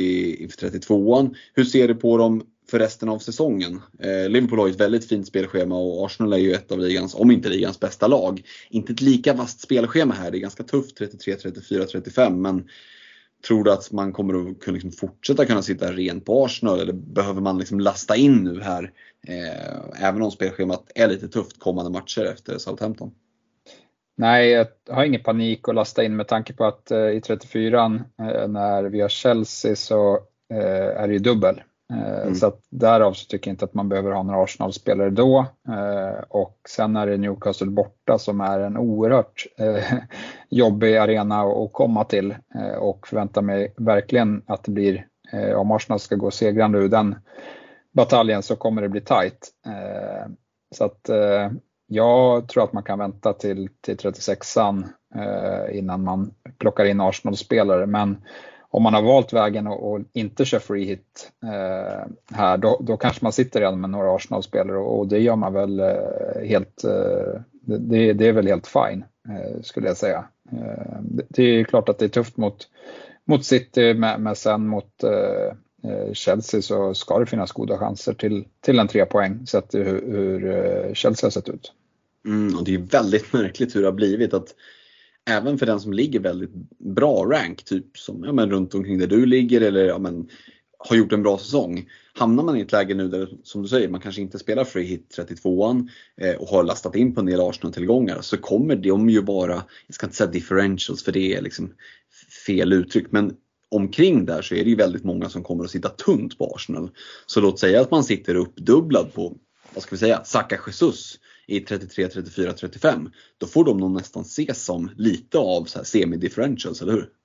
32an. Hur ser du på dem för resten av säsongen? Liverpool har ju ett väldigt fint spelschema och Arsenal är ju ett av ligans, om inte ligans bästa lag. Inte ett lika vast spelschema här, det är ganska tufft 33, 34, 35, men tror du att man kommer att liksom fortsätta kunna sitta rent på Arsenal, eller behöver man liksom lasta in nu här även om spelschemat är lite tufft kommande matcher efter Southampton? Nej, jag har ingen panik att lasta in med tanke på att i 34an när vi har Chelsea så är det ju dubbel. Så att därav så tycker jag inte att man behöver ha några Arsenal-spelare då. Och sen är det Newcastle borta som är en oerhört jobbig arena att komma till. Och förväntar mig verkligen att det blir, om Arsenal ska gå segrande ur den bataljen så kommer det bli tight. Så att jag tror att man kan vänta till 36an innan man plockar in Arsenal-spelare. Men om man har valt vägen och inte kör free hit här, då kanske man sitter redan med några Arsenal-spelare och det gör man väl helt, det är väl helt fine skulle jag säga. Det är klart att det är tufft mot City, men sen mot Chelsea så ska det finnas goda chanser till en 3 poäng sett hur Chelsea har sett ut. Och det är väldigt märkligt hur det har blivit att även för den som ligger väldigt bra rank, typ som runt omkring där du ligger eller har gjort en bra säsong, hamnar man i ett läge nu där, som du säger, man kanske inte spelar free hit 32an och har lastat in på en del Arsenal-tillgångar, så kommer de ju bara, jag ska inte säga differentials för det är liksom fel uttryck, men omkring där så är det ju väldigt många som kommer att sitta tunt på Arsenal. Så låt säga att man sitter uppdubblad på, vad ska vi säga, Saka Jesus i 33, 34, 35. Då får de nog nästan ses som lite av så här semi-differentials, eller hur?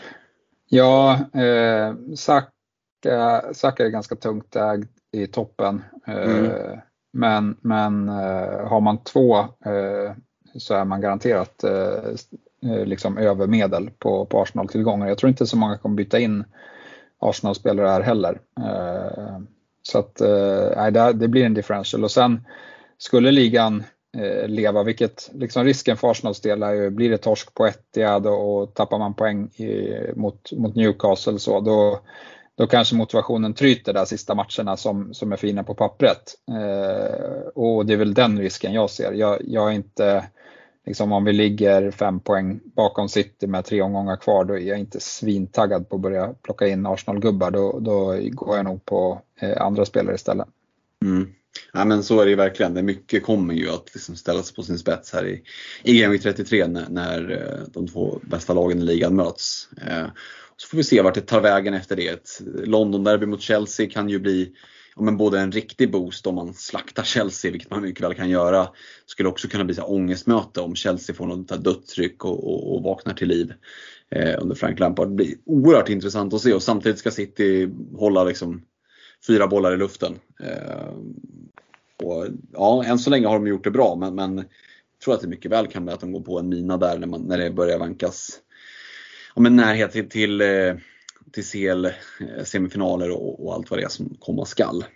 Ja, Saka är ganska tungt ägd i toppen. Men har man 2 så är man garanterat liksom över medel på Arsenal-tillgångar. Jag tror inte så många kommer byta in Arsenal-spelare här heller. Så att det blir en differential. Och sen skulle ligan leva, vilket liksom risken för Arsenals del är ju, blir det torsk på Etihad och tappar man poäng mot Newcastle så då kanske motivationen tryter där sista matcherna som är fina på pappret. Och det är väl den risken jag ser. Jag är inte liksom, om vi ligger 5 poäng bakom City med 3 omgångar kvar, då är jag inte svintaggad på att börja plocka in Arsenal-gubbar. Då går jag nog på andra spelare istället. Ja, men så är det ju verkligen. Det mycket kommer ju att liksom ställas på sin spets här i Game Week 33 när de 2 bästa lagen i ligan möts. Så får vi se vart det tar vägen efter det. Ett London-derby mot Chelsea kan ju bli både en riktig boost om man slaktar Chelsea, vilket man mycket väl kan göra. Skulle också kunna bli så ångestmöte om Chelsea får något dödtryck och vaknar till liv under Frank Lampard. Det blir oerhört intressant att se, och samtidigt ska City hålla liksom 4 bollar i luften. Och ja, än så länge har de gjort det bra, men jag tror att det mycket väl kan bli att de går på en mina där när det börjar vankas närhet till CL semifinaler och allt vad det är som komma skall.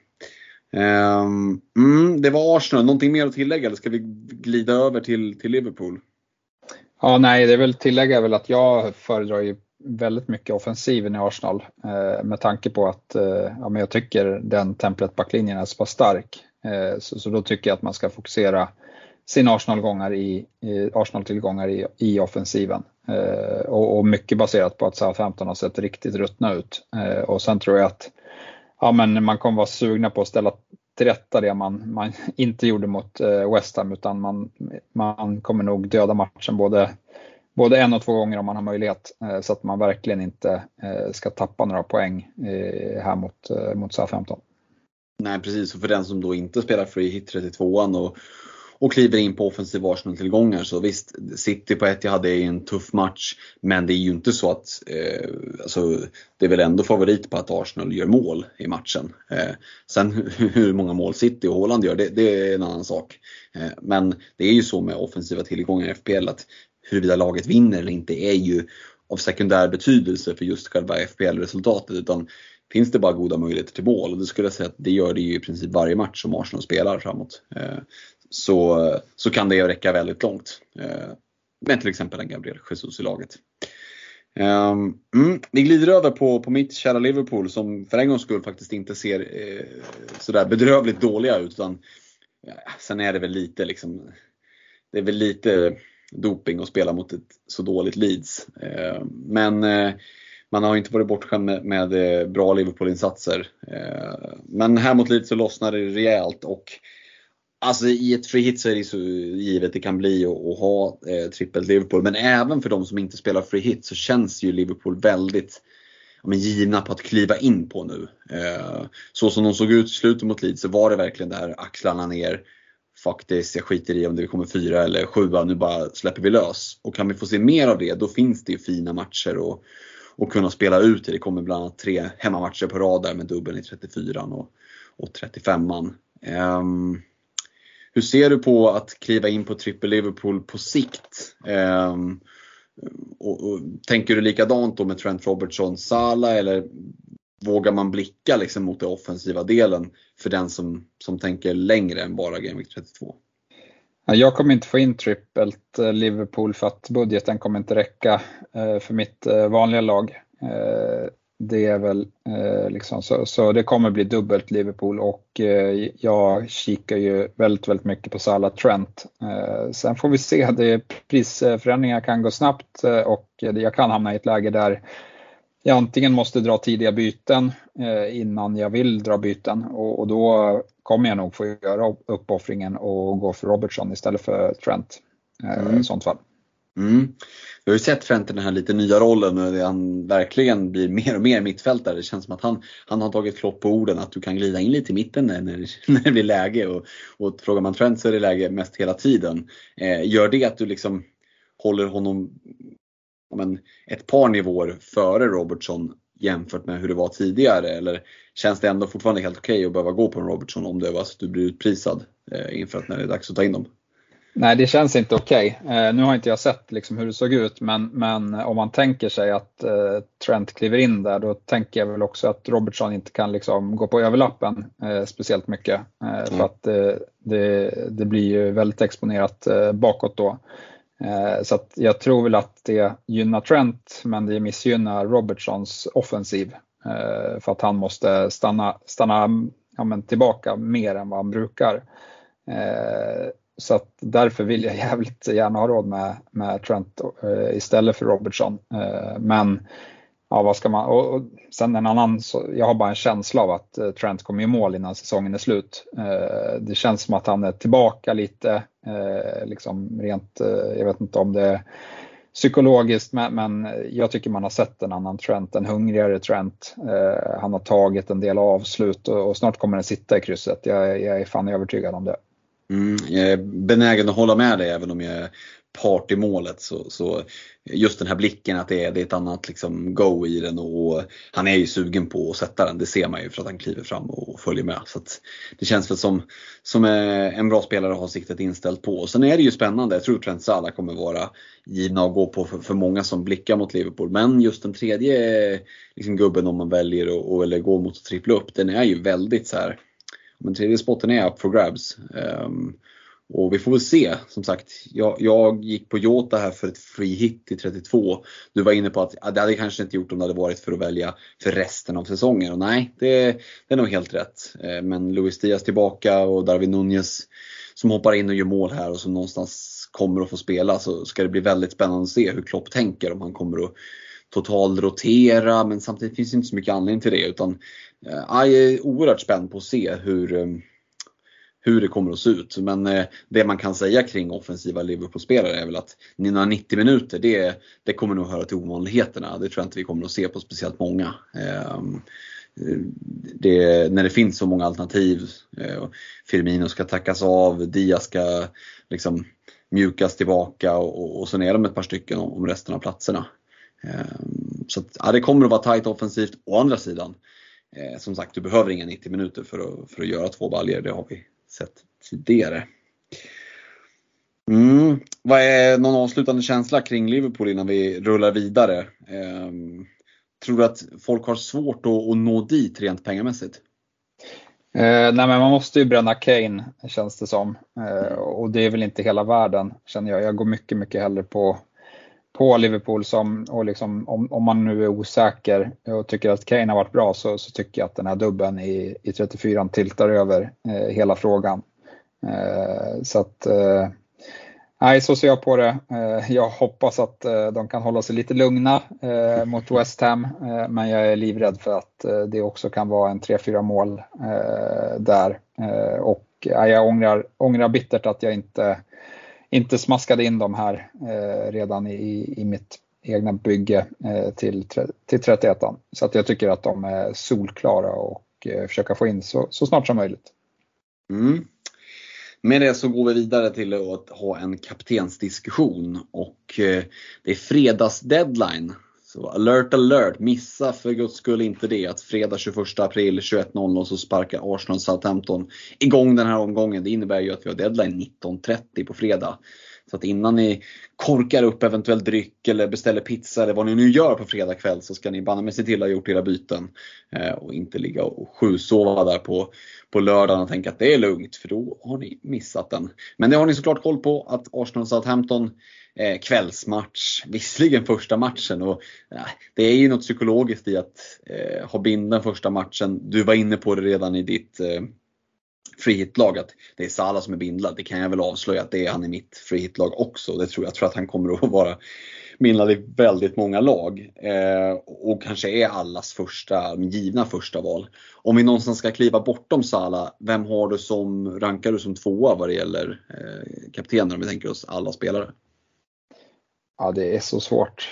Det var Arsenal. Någonting mer att tillägga, eller ska vi glida över till Liverpool? Ja, nej, det är väl tillägga väl att jag föredrar ju väldigt mycket offensiven i Arsenal med tanke på att men jag tycker den templet backlinjen är så pass stark, så då tycker jag att man ska fokusera sin Arsenal-tillgångar i offensiven. Och mycket baserat på att Southampton har sett riktigt ruttna ut. Och sen tror jag att men man kommer vara sugna på att ställa till rätta det man inte gjorde mot West Ham, utan man kommer nog döda matchen både 1 och 2 gånger om man har möjlighet, så att man verkligen inte ska tappa några poäng här mot Southampton. Nej, precis. Och för den som då inte spelar free hit 32an och kliver in på offensiv Arsenal-tillgångar, så visst, City på Etihad är en tuff match, men det är ju inte så att alltså, det är väl ändå favorit på att Arsenal gör mål i matchen. Sen hur många mål City och Haaland gör, det är en annan sak. Men det är ju så med offensiva tillgångar i FPL att huruvida laget vinner eller inte är ju av sekundär betydelse för just själva FPL-resultatet, utan finns det bara goda möjligheter till mål, och det skulle jag säga att det gör det ju i princip varje match som Arsenal spelar framåt, så kan det räcka väldigt långt med till exempel en Gabriel Jesus i laget. Vi glider över på mitt kära Liverpool, som för en gångs skull faktiskt inte ser sådär bedrövligt dåliga ut, utan sen är det väl lite liksom, det är väl lite doping att spela mot ett så dåligt Leeds, men man har inte varit bortskämd med bra Liverpool-insatser. Men här mot Leeds så lossnar det rejält, och alltså i ett free hit så är det så givet det kan bli att ha trippelt Liverpool. Men även för de som inte spelar free hit så känns ju Liverpool väldigt givna på att kliva in på nu. Så som de såg ut i slutet mot Leeds så var det verkligen där axlarna ner. Faktiskt, jag skiter i om det kommer 4 eller 7, nu bara släpper vi lös. Och kan vi få se mer av det, då finns det ju fina matcher och kunna spela ut det. Det kommer bland annat 3 hemmamatcher på rad där med dubbeln i 34an och 35an. Hur ser du på att kliva in på triple Liverpool på sikt? Och tänker du likadant då med Trent, Robertson, Salah, eller vågar man blicka liksom mot den offensiva delen för den som tänker längre än bara Game Week 32? Jag kommer inte få in trippelt Liverpool för att budgeten kommer inte räcka för mitt vanliga lag. Det är väl liksom så det kommer bli dubbelt Liverpool, och jag kikar ju väldigt, väldigt mycket på Salah, Trent. Sen får vi se, prisförändringar kan gå snabbt, och jag kan hamna i ett läge där jag antingen måste dra tidiga byten innan jag vill dra byten, och då kommer jag nog få göra uppoffringen och gå för Robertson istället för Trent i sånt fall. Jag har ju sett Trent i den här lite nya rollen, och han verkligen blir mer och mer mittfältare. Det känns som att han har tagit klopp på orden att du kan glida in lite i mitten när det blir läge, och frågar man Trent så är det läge mest hela tiden. Gör det att du liksom håller honom ett par nivåer före Robertson jämfört med hur det var tidigare, eller känns det ändå fortfarande helt okej att behöva gå på en Robertson om det var så att du blir utprisad inför att när det är dags att ta in dem? Nej, det känns inte okej. Nu har inte jag sett liksom hur det såg ut, men om man tänker sig att Trent kliver in där, då tänker jag väl också att Robertson inte kan liksom gå på överlappen speciellt mycket, för att det blir ju väldigt exponerat bakåt då. Så att jag tror väl att det gynnar Trent, men det missgynnar Robertsons offensiv, för att han måste stanna tillbaka mer än vad han brukar. Så att därför vill jag jävligt gärna ha råd med Trent istället för Robertson. Men ja, vad ska man, och sen en annan, jag har bara en känsla av att Trent kommer i mål innan säsongen är slut. Det känns som att han är tillbaka lite, liksom rent, jag vet inte om det är psykologiskt, men jag tycker man har sett en annan Trent, en hungrigare Trent. Han har tagit en del avslut och snart kommer den sitta i krysset. Jag är fan övertygad om det. Jag är benägen att hålla med dig, även om jag är part i målet, så just den här blicken att det är ett annat liksom go i den, och han är ju sugen på att sätta den, det ser man ju för att han kliver fram och följer med, så att det känns väl som en bra spelare att ha siktet inställt på. Och sen är det ju spännande, jag tror Trent, Salah kommer vara givna att gå på för många som blickar mot Liverpool, men just den tredje liksom gubben, om man väljer eller gå mot att trippla upp, den är ju väldigt så här, men tredje spotten är up for grabs. Och vi får väl se, som sagt, jag gick på Jota här för ett free hit i 32. Du var inne på att det hade kanske inte gjort om det hade varit för att välja för resten av säsongen. Och nej, det är nog helt rätt. Men Luis Diaz tillbaka och Darwin Núñez som hoppar in och gör mål här och som någonstans kommer att få spela, så ska det bli väldigt spännande att se hur Klopp tänker, om han kommer att total rotera, men samtidigt finns det inte så mycket anledning till det, utan jag är oerhört spänd på att se hur det kommer att se ut. Men det man kan säga kring offensiva Liverpool-spelare är väl att 90 minuter, det kommer nog höra till ovanligheterna. Det tror jag inte vi kommer att se på speciellt många. När det finns så många alternativ, Firmino ska tackas av, Diaz ska liksom mjukas tillbaka, och sen är de ett par stycken om resten av platserna. Så att, det kommer att vara tajt offensivt. Å andra sidan, som sagt, du behöver inga 90 minuter för att göra 2 baljer. Det har vi sett tidigare. Vad är någon avslutande känsla kring Liverpool innan vi rullar vidare? Tror du att folk har svårt att nå dit rent pengamässigt? Nej, men man måste ju bränna Kane, känns det som. Och det är väl inte hela världen, känner jag. Jag går mycket, mycket hellre på Liverpool och liksom, om man nu är osäker och tycker att Kane har varit bra, så tycker jag att den här dubben i 34 tiltar över hela frågan. Så att nej, så ser jag på det. Jag hoppas att de kan hålla sig lite lugna mot West Ham, men jag är livrädd för att det också kan vara en 3-4 mål där. Och jag ångrar bittert att jag inte smaskade in dem här redan i mitt egna bygge till 31. Så att jag tycker att de är solklara och försöka få in så snart som möjligt. Med det så går vi vidare till att ha en kaptensdiskussion, och det är fredags deadline. Så alert, missa för guds skull inte det, att fredag 21 april 21.00 så sparkar Arsenal Southampton igång den här omgången. Det innebär ju att vi har deadline 19.30 på fredag. Så att innan ni korkar upp eventuell dryck eller beställer pizza eller vad ni nu gör på fredag kväll, så ska ni banna med sig till att ha gjort era byten och inte ligga och sjusova där på lördagen och tänka att det är lugnt, för då har ni missat den. Men det har ni såklart koll på, att Arsenal Southampton kvällsmatch, visserligen första matchen, och det är ju något psykologiskt i att ha binden första matchen. Du var inne på det redan i ditt free hit-lag, att det är Salah som är bindlad. Det kan jag väl avslöja att det är han i mitt free hit-lag också. Det tror jag tror att han kommer att vara bindlad i väldigt många lag, och kanske är allas givna första val. Om vi någonstans ska kliva bortom Salah, vem har du rankar du som 2 vad det gäller kaptener, om vi tänker oss alla spelare? Ja, det är så svårt.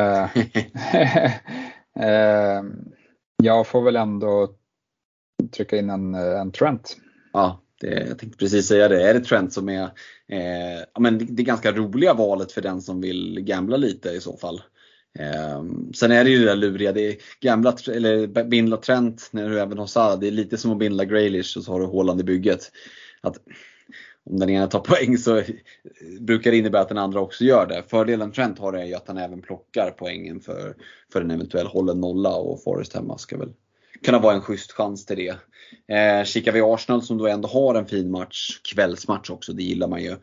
Jag får väl ändå trycka in en Trent. Ja, jag tänkte precis säga det. Är det Trent som är men det ganska roliga valet för den som vill gambla lite i så fall. Sen är det ju det där luriga, det är gambla eller bindla Trent när du även har Salah. Det är lite som att bindla Grealish och så har du Haaland i bygget. Att om den ena tar poäng så brukar det innebära att den andra också gör det. Fördelen Trent har är ju att han även plockar poängen för en eventuell hållen nolla, och Forrest hemma ska väl kunna vara en schysst chans till det. Kikar vi Arsenal som då ändå har en fin match, kvällsmatch också, det gillar man ju.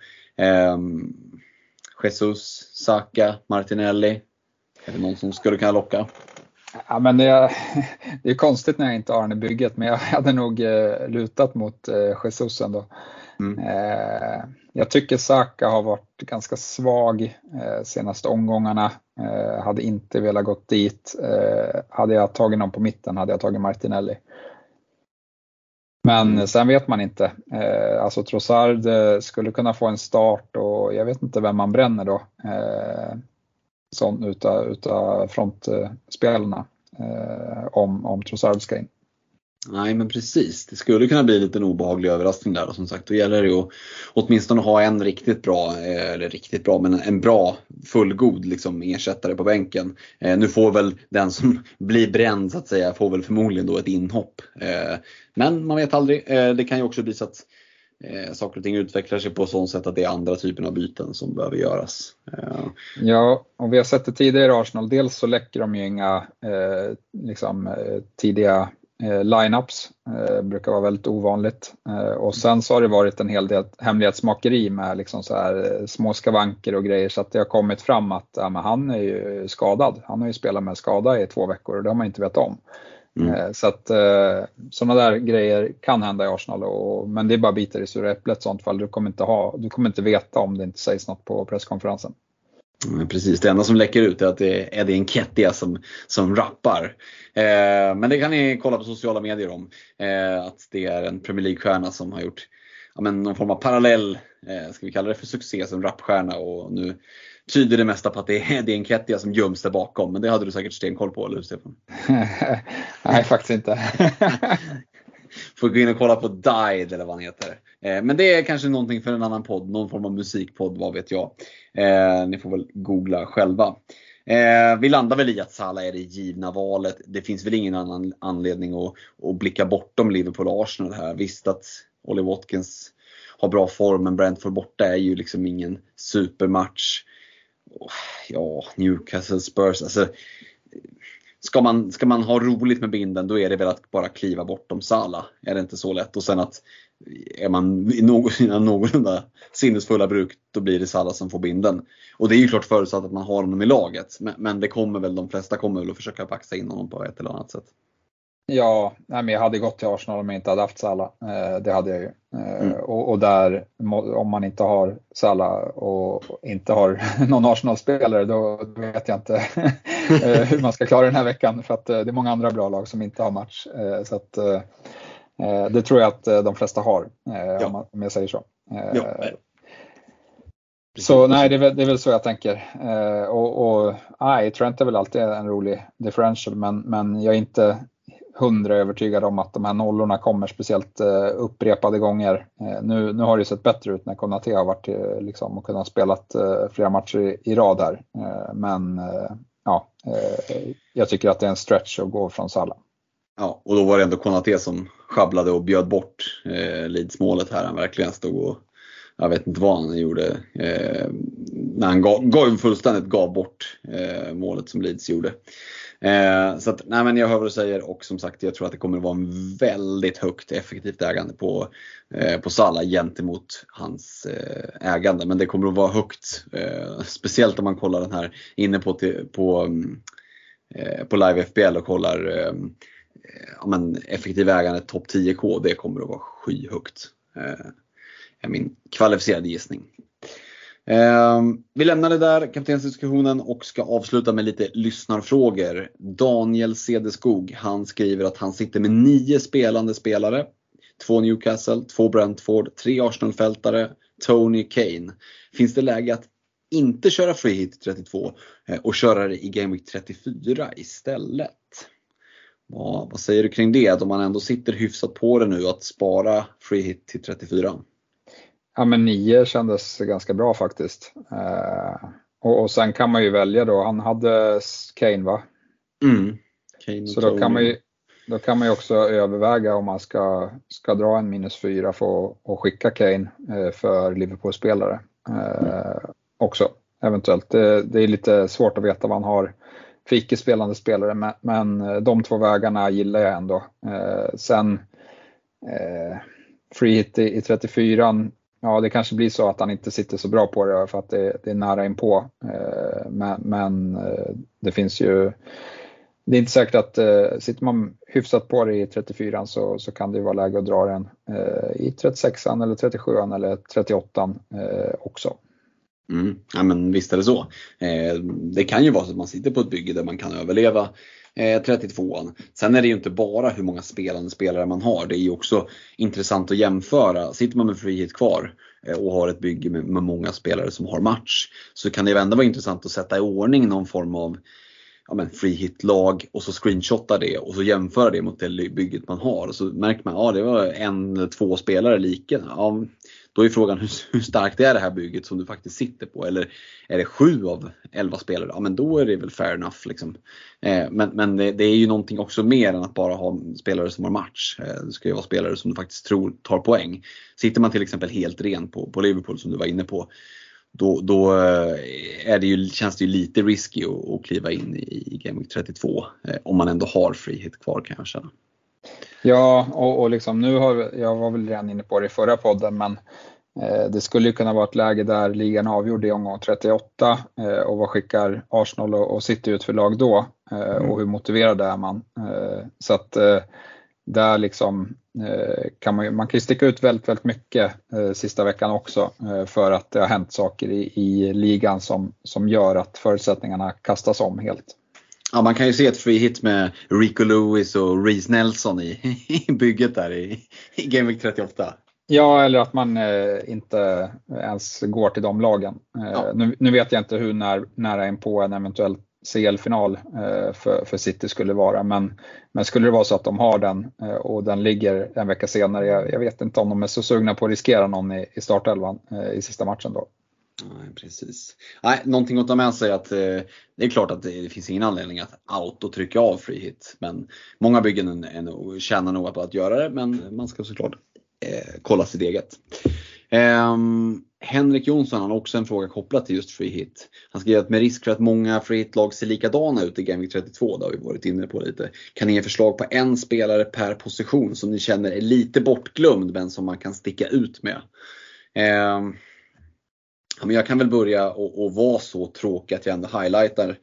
Jesus, Saka, Martinelli, är det någon som skulle kunna locka? Ja, men det är konstigt när jag inte har den i bygget, men jag hade nog lutat mot Jesus ändå. Jag tycker Saka har varit ganska svag senaste omgångarna. Hade inte velat gått dit. Hade jag tagit någon på mitten hade jag tagit Martinelli. Men sen vet man inte. Alltså Trossard skulle kunna få en start, och jag vet inte vem man bränner då. Sån utav frontspelarna. Om Trossard ska in. Nej, men precis. Det skulle kunna bli lite en obehaglig överraskning där. Och som sagt, då gäller det att åtminstone ha en riktigt bra, men en bra fullgod liksom ersättare på bänken. Nu får väl den som blir bränd så att säga, får väl förmodligen då ett inhopp. Men man vet aldrig. Det kan ju också bli så att saker och ting utvecklar sig på sånt sätt att det är andra typer av byten som behöver göras. Ja, och vi har sett det tidigare i Arsenal. Dels så läcker de ju inga tidiga lineups, brukar vara väldigt ovanligt, och sen så har det varit en hel del hemlighetsmakeri med liksom så här små skavanker och grejer, så att det har kommit fram att men han är ju skadad, han har ju spelat med skada i 2 veckor och det har man inte vet om. Så att sådana där grejer kan hända i Arsenal, men det är bara bitar i sura äpplet i sånt fall. Du kommer inte veta om det inte sägs något på presskonferensen. Precis, det enda som läcker ut är att det är Eddie Nketiah som rappar. Men det kan ni kolla på sociala medier om. Att det är en Premier League-stjärna som har gjort någon form av parallell, ska vi kalla det för succé som rapstjärna. Och nu tyder det mesta på att det är Eddie Nketiah som göms där bakom. Men det hade du säkert stenkoll på, eller Stefan? Nej, faktiskt inte. Får gå in och kolla på Died eller vad han heter. Men det är kanske någonting för en annan podd. Någon form av musikpodd, vad vet jag. Ni får väl googla själva. Vi landar väl i att Salah är det givna valet. Det finns väl ingen annan anledning att blicka bortom Liverpool och Arsenal här. Visst att Ollie Watkins har bra form, men Brentford borta är ju liksom ingen supermatch. Ja, Newcastle Spurs. Alltså, ska man ha roligt med binden, då är det väl att bara kliva bortom Salah. Är det inte så lätt? Och sen att är man i någorlunda sinnesfulla bruk, då blir det Salah som får binden. Och det är ju klart förutsatt att man har honom i laget. Men det kommer väl, de flesta kommer väl att försöka paxa in honom på ett eller annat sätt. Ja, men jag hade gått till Arsenal om jag inte hade haft Salah. Det hade jag ju. Och där, om man inte har Salah och inte har någon Arsenal-spelare, då vet jag inte hur man ska klara den här veckan. För att det är många andra bra lag som inte har match. Så att det tror jag att de flesta har, om jag säger så. Så nej, det är väl så jag tänker. Trent är väl alltid en rolig differential, men jag är inte 100 övertygad om att de här nollorna kommer speciellt upprepade gånger. Nu har det sett bättre ut när Konaté har varit och kunnat spelat flera matcher i rad här. Men jag tycker att det är en stretch att gå från Salah. Ja, och då var det ändå Konaté som schabblade och bjöd bort Leeds-målet här. Han verkligen stod och jag vet inte vad han gjorde när han fullständigt gav bort målet som Leeds gjorde. Så att, nej, men jag hör vad du säger, och som sagt, jag tror att det kommer att vara en väldigt högt effektivt ägande på Salah gentemot hans ägande. Men det kommer att vara högt, speciellt om man kollar den här inne på Live FBL och kollar effektiv ägande topp 10K. Det kommer att vara skyhögt, är min kvalificerade gissning. Vi lämnar det där, kaptensdiskussionen, och ska avsluta med lite lyssnarfrågor. Daniel Cederskog, han skriver att han sitter med 9 spelande spelare. 2 Newcastle, 2 Brentford, 3 Arsenal-fältare, Tony, Kane. Finns det läge att inte köra free hit 32 och köra det i Game Week 34 istället? Vad säger du kring det? Om man ändå sitter hyfsat på det nu, att spara free hit till 34? Ja, men 9 kändes ganska bra faktiskt. Och sen kan man ju välja då. Han hade Kane, va? Kane, så då kan man ju också överväga om man ska dra en -4 för att skicka Kane för Liverpool-spelare också eventuellt. Det är lite svårt att veta vad han har för icke-spelande spelare, men de 2 vägarna gillar jag ändå. Sen free hit i 34. Ja, det kanske blir så att han inte sitter så bra på det för att det är nära inpå. Men det finns ju, det är inte säkert att sitter man hyfsat på det i 34 så kan det ju vara läge att dra den i 36an eller 37an eller 38an också. Ja, men visst är det så. Det kan ju vara så att man sitter på ett bygge där man kan överleva 32an. Sen är det ju inte bara hur många spelare man har. Det är ju också intressant att jämföra. Sitter man med free hit kvar och har ett bygge med många spelare som har match, så kan det ju ändå vara intressant att sätta i ordning någon form av free hit lag och så screenshotta det och så jämföra det mot det bygget man har. Och så märker man, det var 1 eller 2 spelare lika. Ja, då är frågan hur starkt är det här bygget som du faktiskt sitter på, eller är det 7 av 11 spelare? Ja, men då är det väl fair enough liksom. Men det är ju någonting också mer än att bara ha spelare som har match. Det ska ju vara spelare som du faktiskt tror tar poäng. Sitter man till exempel helt ren på Liverpool som du var inne på, då är det ju, känns det ju lite risky att kliva in i Game Week 32 om man ändå har free hit kvar, kan jag känna. Ja, och liksom nu jag var väl redan inne på det i förra podden, men Det skulle ju kunna vara ett läge där ligan avgjorde i omgång 38 och vad skickar Arsenal och City ut för lag då och hur motiverad är man? Så att där liksom kan man kan ju sticka ut väldigt, väldigt mycket sista veckan också för att det har hänt saker i ligan som gör att förutsättningarna kastas om helt. Ja, man kan ju se ett free hit med Rico Lewis och Reece Nelson i bygget där i Game Week 38. Ja, eller att man inte ens går till de lagen. Ja. Nu vet jag inte hur nära in på en eventuell CL-final för City skulle vara. Men skulle det vara så att de har den och den ligger en vecka senare. Jag vet inte om de är så sugna på att riskera någon i startelvan i sista matchen då. Nej, precis. Nej, någonting att ta med sig att det är klart att det finns ingen anledning att trycka av free hit. Men många byggen tjänar nog på att göra det, men man ska såklart kolla sitt eget. Henrik Jonsson har också en fråga kopplat till just free hit. Han skriver att med risk för att många free hit-lag ser likadana ut i Game Week 32, där har vi varit inne på lite, kan ni ge förslag på en spelare per position som ni känner är lite bortglömd men som man kan sticka ut med? Men jag kan väl börja och vara så tråkig att jag ändå highlightar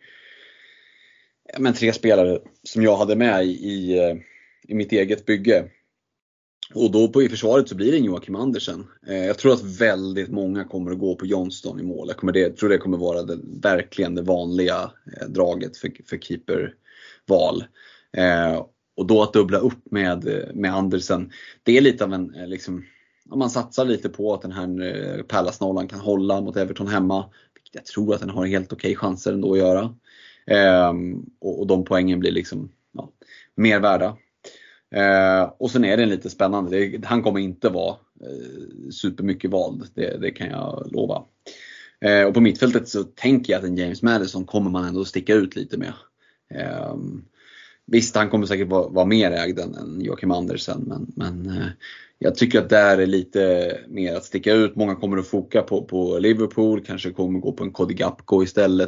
3 spelare som jag hade med i mitt eget bygge. Och då i försvaret så blir det Joakim Andersen. Jag tror att väldigt många kommer att gå på Johnston i mål. Jag tror det kommer vara verkligen det vanliga draget för keeperval. Och då att dubbla upp med Andersen, det är lite av en liksom, om man satsar lite på att den här Palace-nollan kan hålla mot Everton hemma. Jag tror att den har helt okej chanser ändå att göra. Och de poängen blir liksom mer värda. Och sen är det lite spännande. Han kommer inte vara supermycket vald. Det kan jag lova. Och på mittfältet så tänker jag att en James Maddison kommer man ändå sticka ut lite med. Visst, han kommer säkert vara mer ägd än Joakim Andersen. Men jag tycker att där är lite mer att sticka ut. Många kommer att foka på Liverpool. Kanske kommer gå på en Cody Gakpo istället.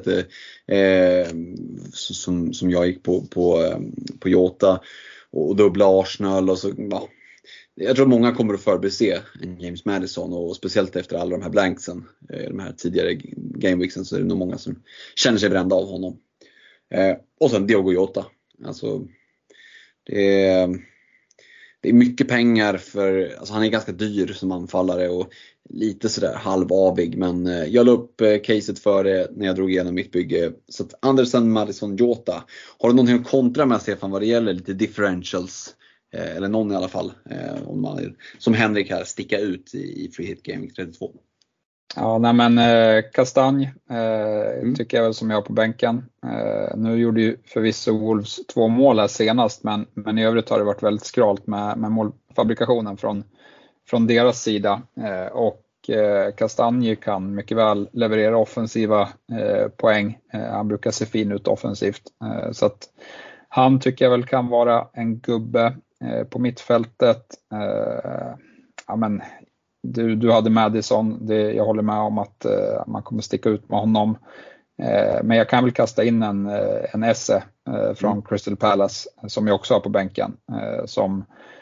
Som jag gick på Jota. Och dubbla Arsenal. Och så, ja. Jag tror att många kommer att förbise en James Maddison. Och speciellt efter alla de här blanksen. De här tidigare gameweeksen, så är det nog många som känner sig brända av honom. Och sen Diogo Jota. Alltså, det är mycket pengar alltså han är ganska dyr som anfallare och lite sådär halvavig, men jag la upp caset för det när jag drog igenom mitt bygge. Så att Andersen, Maddison, Jota. Har du någonting att kontra med, Stefan, vad det gäller lite differentials? Eller någon i alla fall, om man, som Henrik här, sticka ut i Free Hit Game 32. Ja, nej men Kastanj tycker jag väl som jag på bänken. Nu gjorde ju förvisso Wolves 2 mål här senast, men i övrigt har det varit väldigt skralt med målfabrikationen från deras sida. Och Kastanj kan mycket väl leverera offensiva poäng. Han brukar se fin ut offensivt. Så att han tycker jag väl kan vara en gubbe på mittfältet. Ja, men du hade Maddison, jag håller med om att man kommer sticka ut med honom. Men jag kan väl kasta in en Esse från Crystal Palace som jag också har på bänken. Som,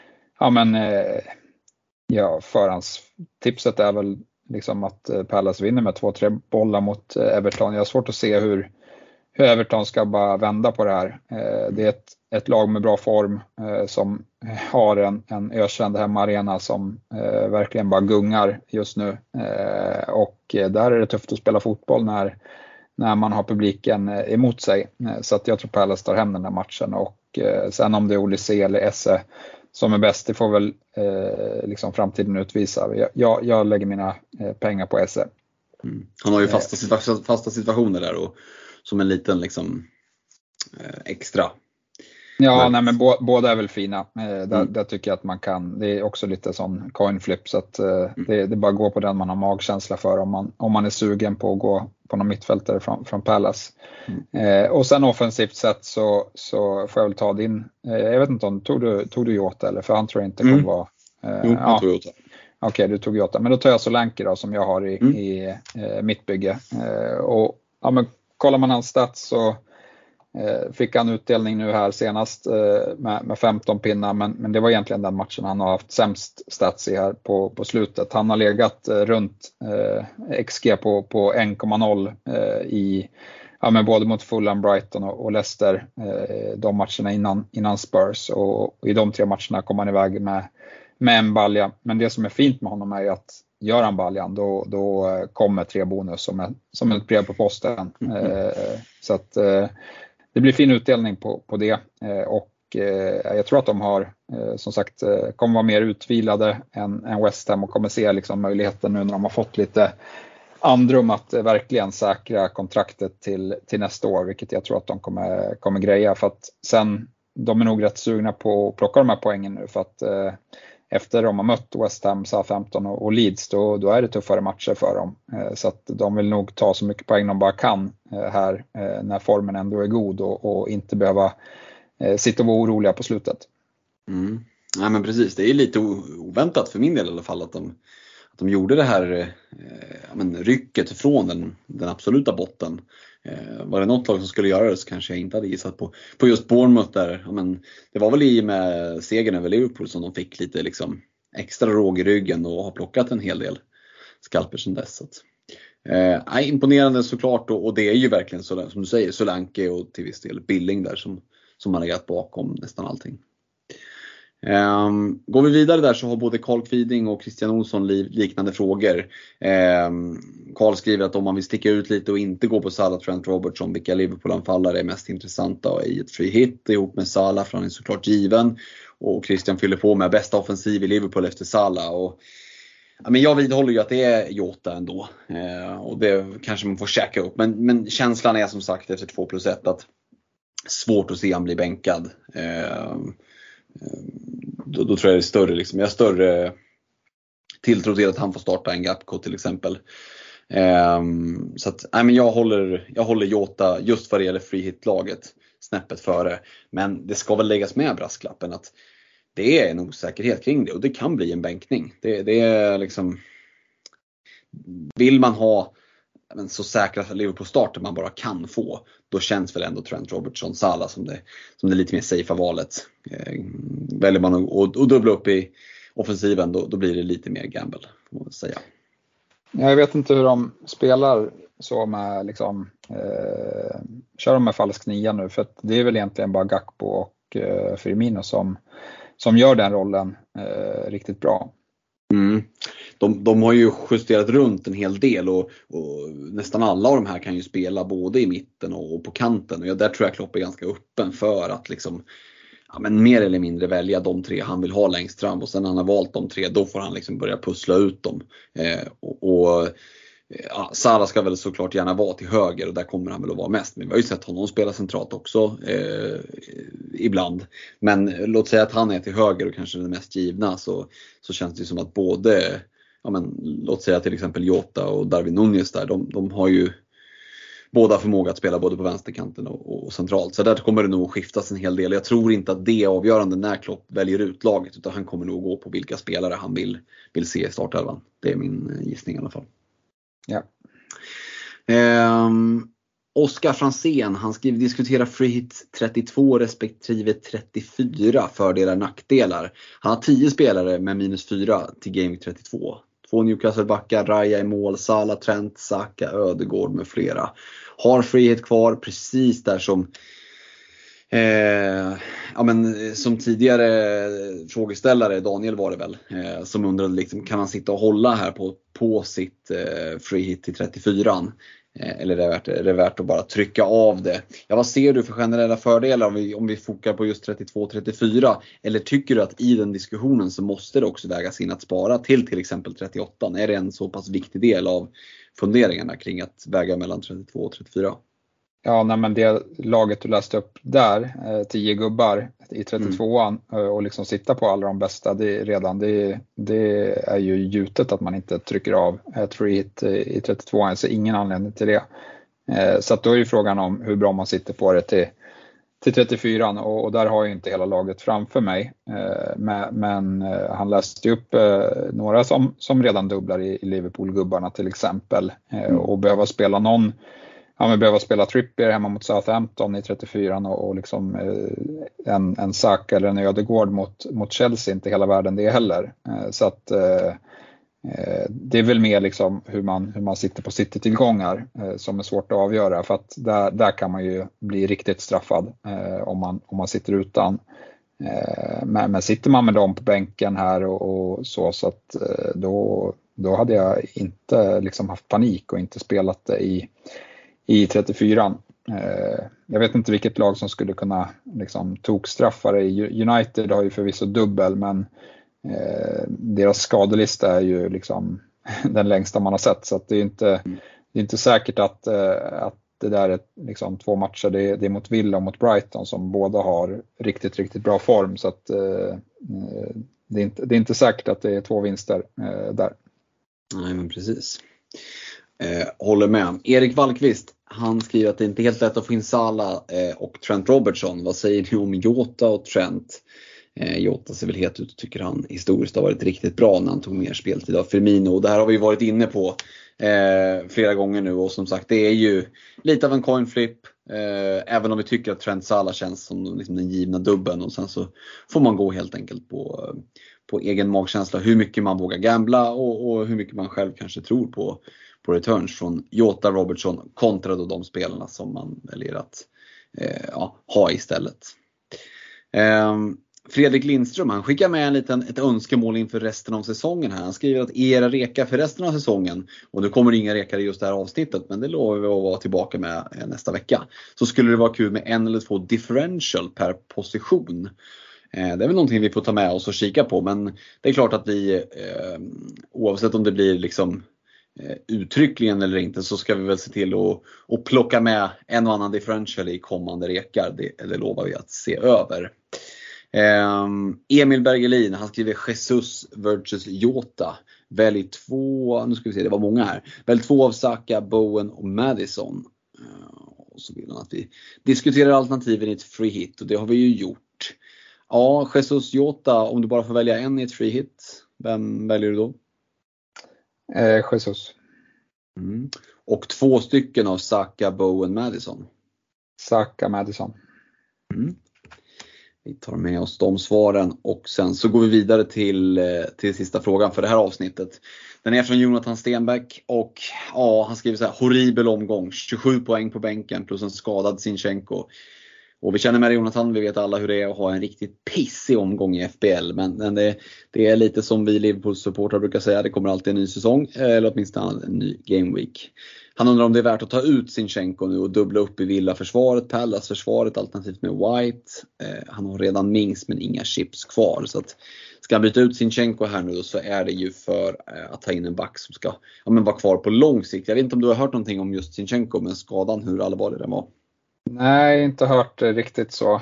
förhandstipset är väl liksom att Palace vinner med 2-3 bollar mot Everton. Jag har svårt att se hur Everton ska bara vända på det här. Det är ett lag med bra form som har en ökänd hemmaarena som verkligen bara gungar just nu. Och där är det tufft att spela fotboll när man har publiken emot sig. Så att jag tror Palace tar hem den här matchen. Och sen om det är Olise eller Esse som är bäst, det får väl liksom framtiden utvisa. Jag lägger mina pengar på Esse. Han har ju fasta situationer där och som en liten liksom extra. Ja, nej, men båda är väl fina. Där tycker jag att man kan. Det är också lite sån coin flip, så att det bara går på den man har magkänsla för om man är sugen på att gå på någon mittfältare från Palace. Och sen offensivt sett så får jag väl ta din. Jag vet inte om tog du Jota, eller för han tror jag inte kommer vara. Jag tog Jota. Okej, du tog Jota, men då tar jag Solanke då, som jag har i mitt bygge. Och ja, men kollar man hans stats så fick han utdelning nu här senast med 15 pinnar, men det var egentligen den matchen han har haft sämst stats i här på slutet. Han har legat runt XG på 1,0 i men både mot Fulham, Brighton och Leicester, de matcherna innan Spurs, och i de 3 matcherna kom han iväg med en balja. Men det som är fint med honom är ju att gör han baljan, då kommer 3 bonus som ett brev på posten. Så att det blir fin utdelning på det, och jag tror att de har som sagt kommer vara mer utvilade än West Ham och kommer se liksom möjligheten nu när de har fått lite andrum att verkligen säkra kontraktet till nästa år, vilket jag tror att de kommer greja, för att sen de är nog rätt sugna på att plocka de här poängen nu, för att efter de har mött West Ham, Southampton och Leeds, då är det tuffare matcher för dem. Så att de vill nog ta så mycket poäng de bara kan här när formen ändå är god, och inte behöva sitta och vara oroliga på slutet. Ja, men precis, det är lite oväntat för min del i alla fall att de gjorde det här rycket från den absoluta botten. Var det något lag som skulle göra det så kanske jag inte hade gissat på just Bournemouth där. Men det var väl i med segern över Liverpool som de fick lite liksom extra råg i ryggen och har plockat en hel del skalper sedan dess. Imponerande såklart, och det är ju verkligen så, som du säger, Solanke och till viss del Billing där som har legat bakom nästan allting. Går vi vidare där så har både Carl Kviding och Christian Olsson liknande frågor. Carl skriver att om man vill sticka ut lite och inte gå på Salah, Trent, Robertson, vilka Liverpool-anfallare är mest intressanta i ett free hit ihop med Salah, för han är såklart given. Och Christian fyller på med bästa offensiv i Liverpool efter Salah, och men jag vidhåller ju att det är Jota ändå, och det kanske man får checka upp, men känslan är som sagt efter 2+1 att svårt att se han bli bänkad. Då tror jag det är större liksom. Jag har större tilltro till att han får starta en Gapco till exempel. Så att men jag håller Jota just vad det gäller free hit-laget snäppet före. Men det ska väl läggas med brasklappen att det är en osäkerhet kring det, och det kan bli en bänkning. Det är liksom, vill man ha så säkra Liverpool-starter man bara kan få, då känns väl ändå Trent, Robertson, Salah som det lite mer safe valet. Väljer man att dubbla upp i offensiven, då blir det lite mer gamble, får man säga. Jag vet inte hur de spelar så med liksom, kör de med falsk 9 nu, för att det är väl egentligen bara Gakpo och Firmino som gör den rollen riktigt bra. De har ju justerat runt en hel del, och nästan alla av de här kan ju spela både i mitten och på kanten, och där tror jag Klopp är ganska öppen för att liksom, men mer eller mindre välja de 3 han vill ha längst fram, och sen när han har valt de 3 då får han liksom börja pussla ut dem. Salah ska väl såklart gärna vara till höger, och där kommer han väl att vara mest, men vi har ju sett honom spela centralt också ibland. Men låt säga att han är till höger och kanske den mest givna, så känns det som att både låt säga till exempel Jota och Darwin Núñez där, de har ju båda förmåga att spela både på vänsterkanten och centralt. Så där kommer det nog skiftas en hel del. Jag tror inte att det är avgörande när Klopp väljer ut laget, utan han kommer nog gå på vilka spelare han vill se i startelvan. Det är min gissning i alla fall. Ja. Oskar Fransén, han skriver diskutera free hit 32 respektive 34 fördelar och nackdelar. Han har 10 spelare med -4 till Game 32. 2 Newcastle-backar, Raya i mål, Salah, Trent, Saka, Ödegård med flera. Har free hit kvar precis där som tidigare frågeställare, Daniel var det väl, som undrade liksom, kan han sitta och hålla här på sitt free hit till 34? Eller är det värt att bara trycka av det? Ja, vad ser du för generella fördelar om vi fokar på just 32-34? Eller tycker du att i den diskussionen så måste det också vägas in att spara till exempel 38? Är det en så pass viktig del av funderingarna kring att väga mellan 32 och 34? Ja, men det laget du läste upp där, 10 gubbar i 32an och liksom sitta på alla de bästa, det är ju gjutet att man inte trycker av ett free hit i 32an, så ingen anledning till det. Så att då är ju frågan om hur bra man sitter på det till 34an, och där har ju inte hela laget framför mig. Men han läste upp några som redan dubblar i Liverpool-gubbarna till exempel, och behöver spela någon men behöva spela Trippier hemma mot Southampton i 34 och liksom en Saka eller en Ödegård mot Chelsea, inte hela världen det heller. Så att det är väl mer liksom hur man sitter på City-tillgångar som är svårt att avgöra, för att där kan man ju bli riktigt straffad om man sitter utan. Men sitter man med dem på bänken här och så att då hade jag inte liksom haft panik och inte spelat det i 34. Jag vet inte vilket lag som skulle kunna liksom tokstraffa det. United har ju förvisso dubbel, men deras skadelista är ju liksom den längsta man har sett, så att det är inte säkert att det där är liksom 2 matcher. Det är mot Villa och mot Brighton som båda har riktigt, riktigt bra form, så att det är inte säkert att det är 2 vinster där. Nej, men precis. Håller med. Erik Wallqvist, han skriver att det inte är helt lätt att få in Salah och Trent Robertson. Vad säger ni om Jota och Trent? Jota ser väl helt ut och tycker han historiskt har varit riktigt bra när han tog mer speltid av Firmino. Och det här har vi varit inne på flera gånger nu, och som sagt, det är ju lite av en coin flip, även om vi tycker att Trent Salah känns som liksom den givna dubben, och sen så får man gå helt enkelt på egen magkänsla hur mycket man vågar gambla och hur mycket man själv kanske tror på returns från Jota, Robertson kontra då de spelarna som man väljer att ha istället. Fredrik Lindström, han skickar med ett önskemål inför resten av säsongen här. Han skriver att era reka för resten av säsongen, och nu kommer det inga rekar i just det här avsnittet, men det lovar vi att vara tillbaka med nästa vecka. Så skulle det vara kul med 1 eller 2 differential per position. Det är väl någonting vi får ta med oss och kika på, men det är klart att vi, oavsett om det blir liksom uttryckligen eller inte, så ska vi väl se till att plocka med en och annan differential i kommande rekar. Det lovar vi att se över. Emil Bergelin, han skriver Jesus versus Jota. Välj 2, nu ska vi se, det var många här. Välj 2 av Saka, Bowen och Madison. Och så vill han att vi diskuterar alternativen i ett free hit, och det har vi ju gjort. Ja, Jesus, Jota, om du bara får välja en i ett free hit, vem väljer du då? Jesus. Och 2 stycken av Saka, Bowen, Madison. Saka, Madison. Vi tar med oss de svaren, och sen så går vi vidare till sista frågan för det här avsnittet. Den är från Jonathan Stenbeck, och han skriver så här: horribel omgång, 27 poäng på bänken plus en skadad Zinchenko. Och vi känner med Jonathan, vi vet alla hur det är att ha en riktigt pissig omgång i FBL. Men det är lite som vi Liverpool-supportrar brukar säga, det kommer alltid en ny säsong, eller åtminstone en ny game week. Han undrar om det är värt att ta ut Zinchenko nu och dubbla upp i Villa-försvaret, Palace-försvaret, alternativt med White. Han har redan Mings men inga chips kvar. Så att ska han byta ut Zinchenko här nu, så är det ju för att ta in en back som ska vara kvar på lång sikt. Jag vet inte om du har hört någonting om just Zinchenko med skadan, hur allvarlig den var. Nej, inte hört riktigt så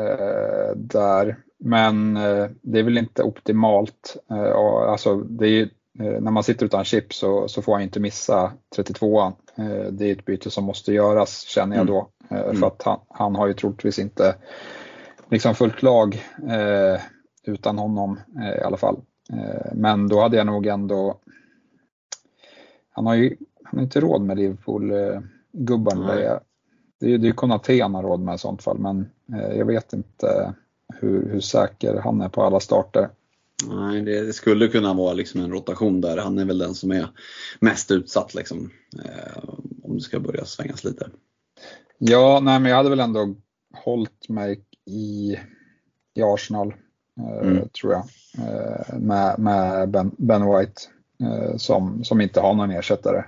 där. Men det är väl inte optimalt. Alltså det är ju, när man sitter utan chip så får han inte missa 32an. Det är ett byte som måste göras, känner jag då. För att han har ju troligtvis inte liksom fullt lag utan honom i alla fall. Men då hade jag nog ändå... Han har inte råd med Liverpool-gubbarna. Det är ju Konaté han har råd med i sånt fall. Men jag vet inte hur säker han är på alla starter. Nej, det skulle kunna vara liksom en rotation där. Han är väl den som är mest utsatt liksom, om det ska börja svängas lite. Ja, nej, men jag hade väl ändå hållit mig i Arsenal, tror jag. Med Ben White som inte har någon ersättare.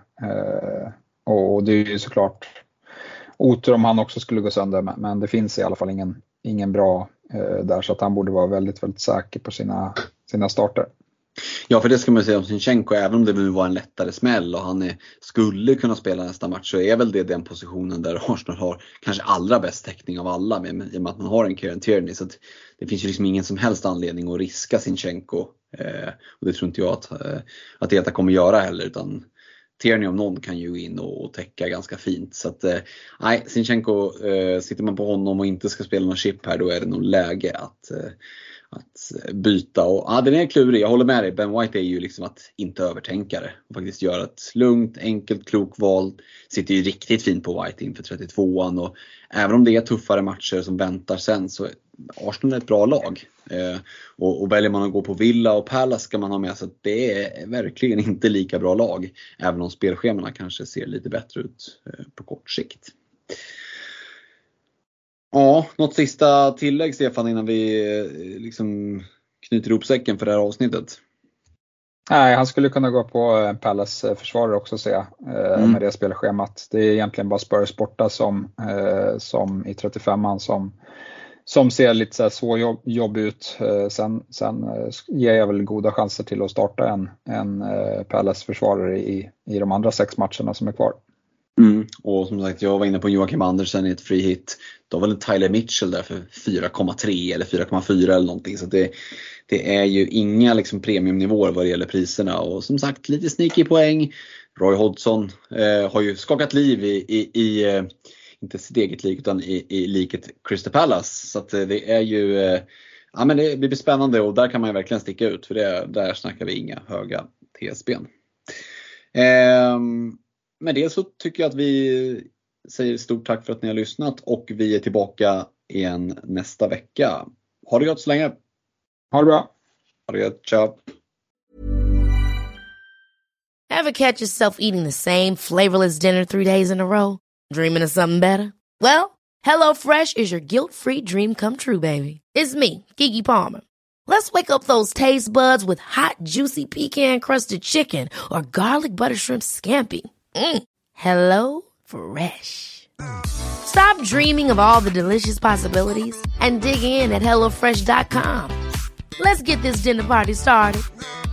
Och det är ju såklart otur om han också skulle gå sönder, men det finns i alla fall ingen bra där, så att han borde vara väldigt, väldigt säker på sina starter. Ja, för det ska man säga om Zinchenko, även om det nu var en lättare smäll och han skulle kunna spela nästa match, så är väl det den positionen där Arsenal har kanske allra bäst täckning av alla, i och med att man har en Kieran Tierney, så att det finns ju liksom ingen som helst anledning att riska Zinchenko, och det tror inte jag att Eta kommer göra heller, utan Tierney om någon kan ju gå in och täcka ganska fint. Så att, nej, Zinchenko, sitter man på honom och inte ska spela någon chip här, då är det nog läge att byta. Och den är klurig, jag håller med dig. Ben White är ju liksom att inte övertänka det och faktiskt göra ett lugnt, enkelt, klokt val. Sitter ju riktigt fint på White inför 32an, och även om det är tuffare matcher som väntar sen, så Arsenal är ett bra lag. Och väljer man att gå på Villa och Palace, ska man ha med sig att det är verkligen inte lika bra lag, även om spelschemarna kanske ser lite bättre ut på kort sikt. Ja, något sista tillägg, Stefan, innan vi liksom knyter ihop säcken för det här avsnittet? Nej, han skulle kunna gå på Palace försvarare också, ser jag, med det spelschemat. Det är egentligen bara Spurs borta som i 35an som ser lite så jobb ut. Sen ger jag väl goda chanser till att starta en Palace försvarare i de andra 6 matcherna som är kvar. Och som sagt, jag var inne på Joakim Andersen i ett free hit. Då var det Tyler Mitchell där för 4,3 eller 4,4 eller någonting. Så det är ju inga liksom premiumnivåer vad det gäller priserna. Och som sagt, lite sneaky poäng. Roy Hodgson har ju skakat liv i inte sitt eget lik, utan i liket Crystal Palace. Så att det är ju men det blir spännande, och där kan man ju verkligen sticka ut, för där snackar vi inga höga TSB:n. Med det så tycker jag att vi säger stort tack för att ni har lyssnat, och vi är tillbaka igen nästa vecka. Ha det gott så länge. Ha det bra. Ha det gott. Ciao. Ever catch yourself eating the same flavorless dinner 3 days in a row? Dreaming of something better? Well, HelloFresh is your guilt-free dream come true, baby. It's me, Keke Palmer. Let's wake up those taste buds with hot, juicy pecan-crusted chicken or garlic butter shrimp scampi. Hello Fresh. Stop dreaming of all the delicious possibilities and dig in at HelloFresh.com. Let's get this dinner party started.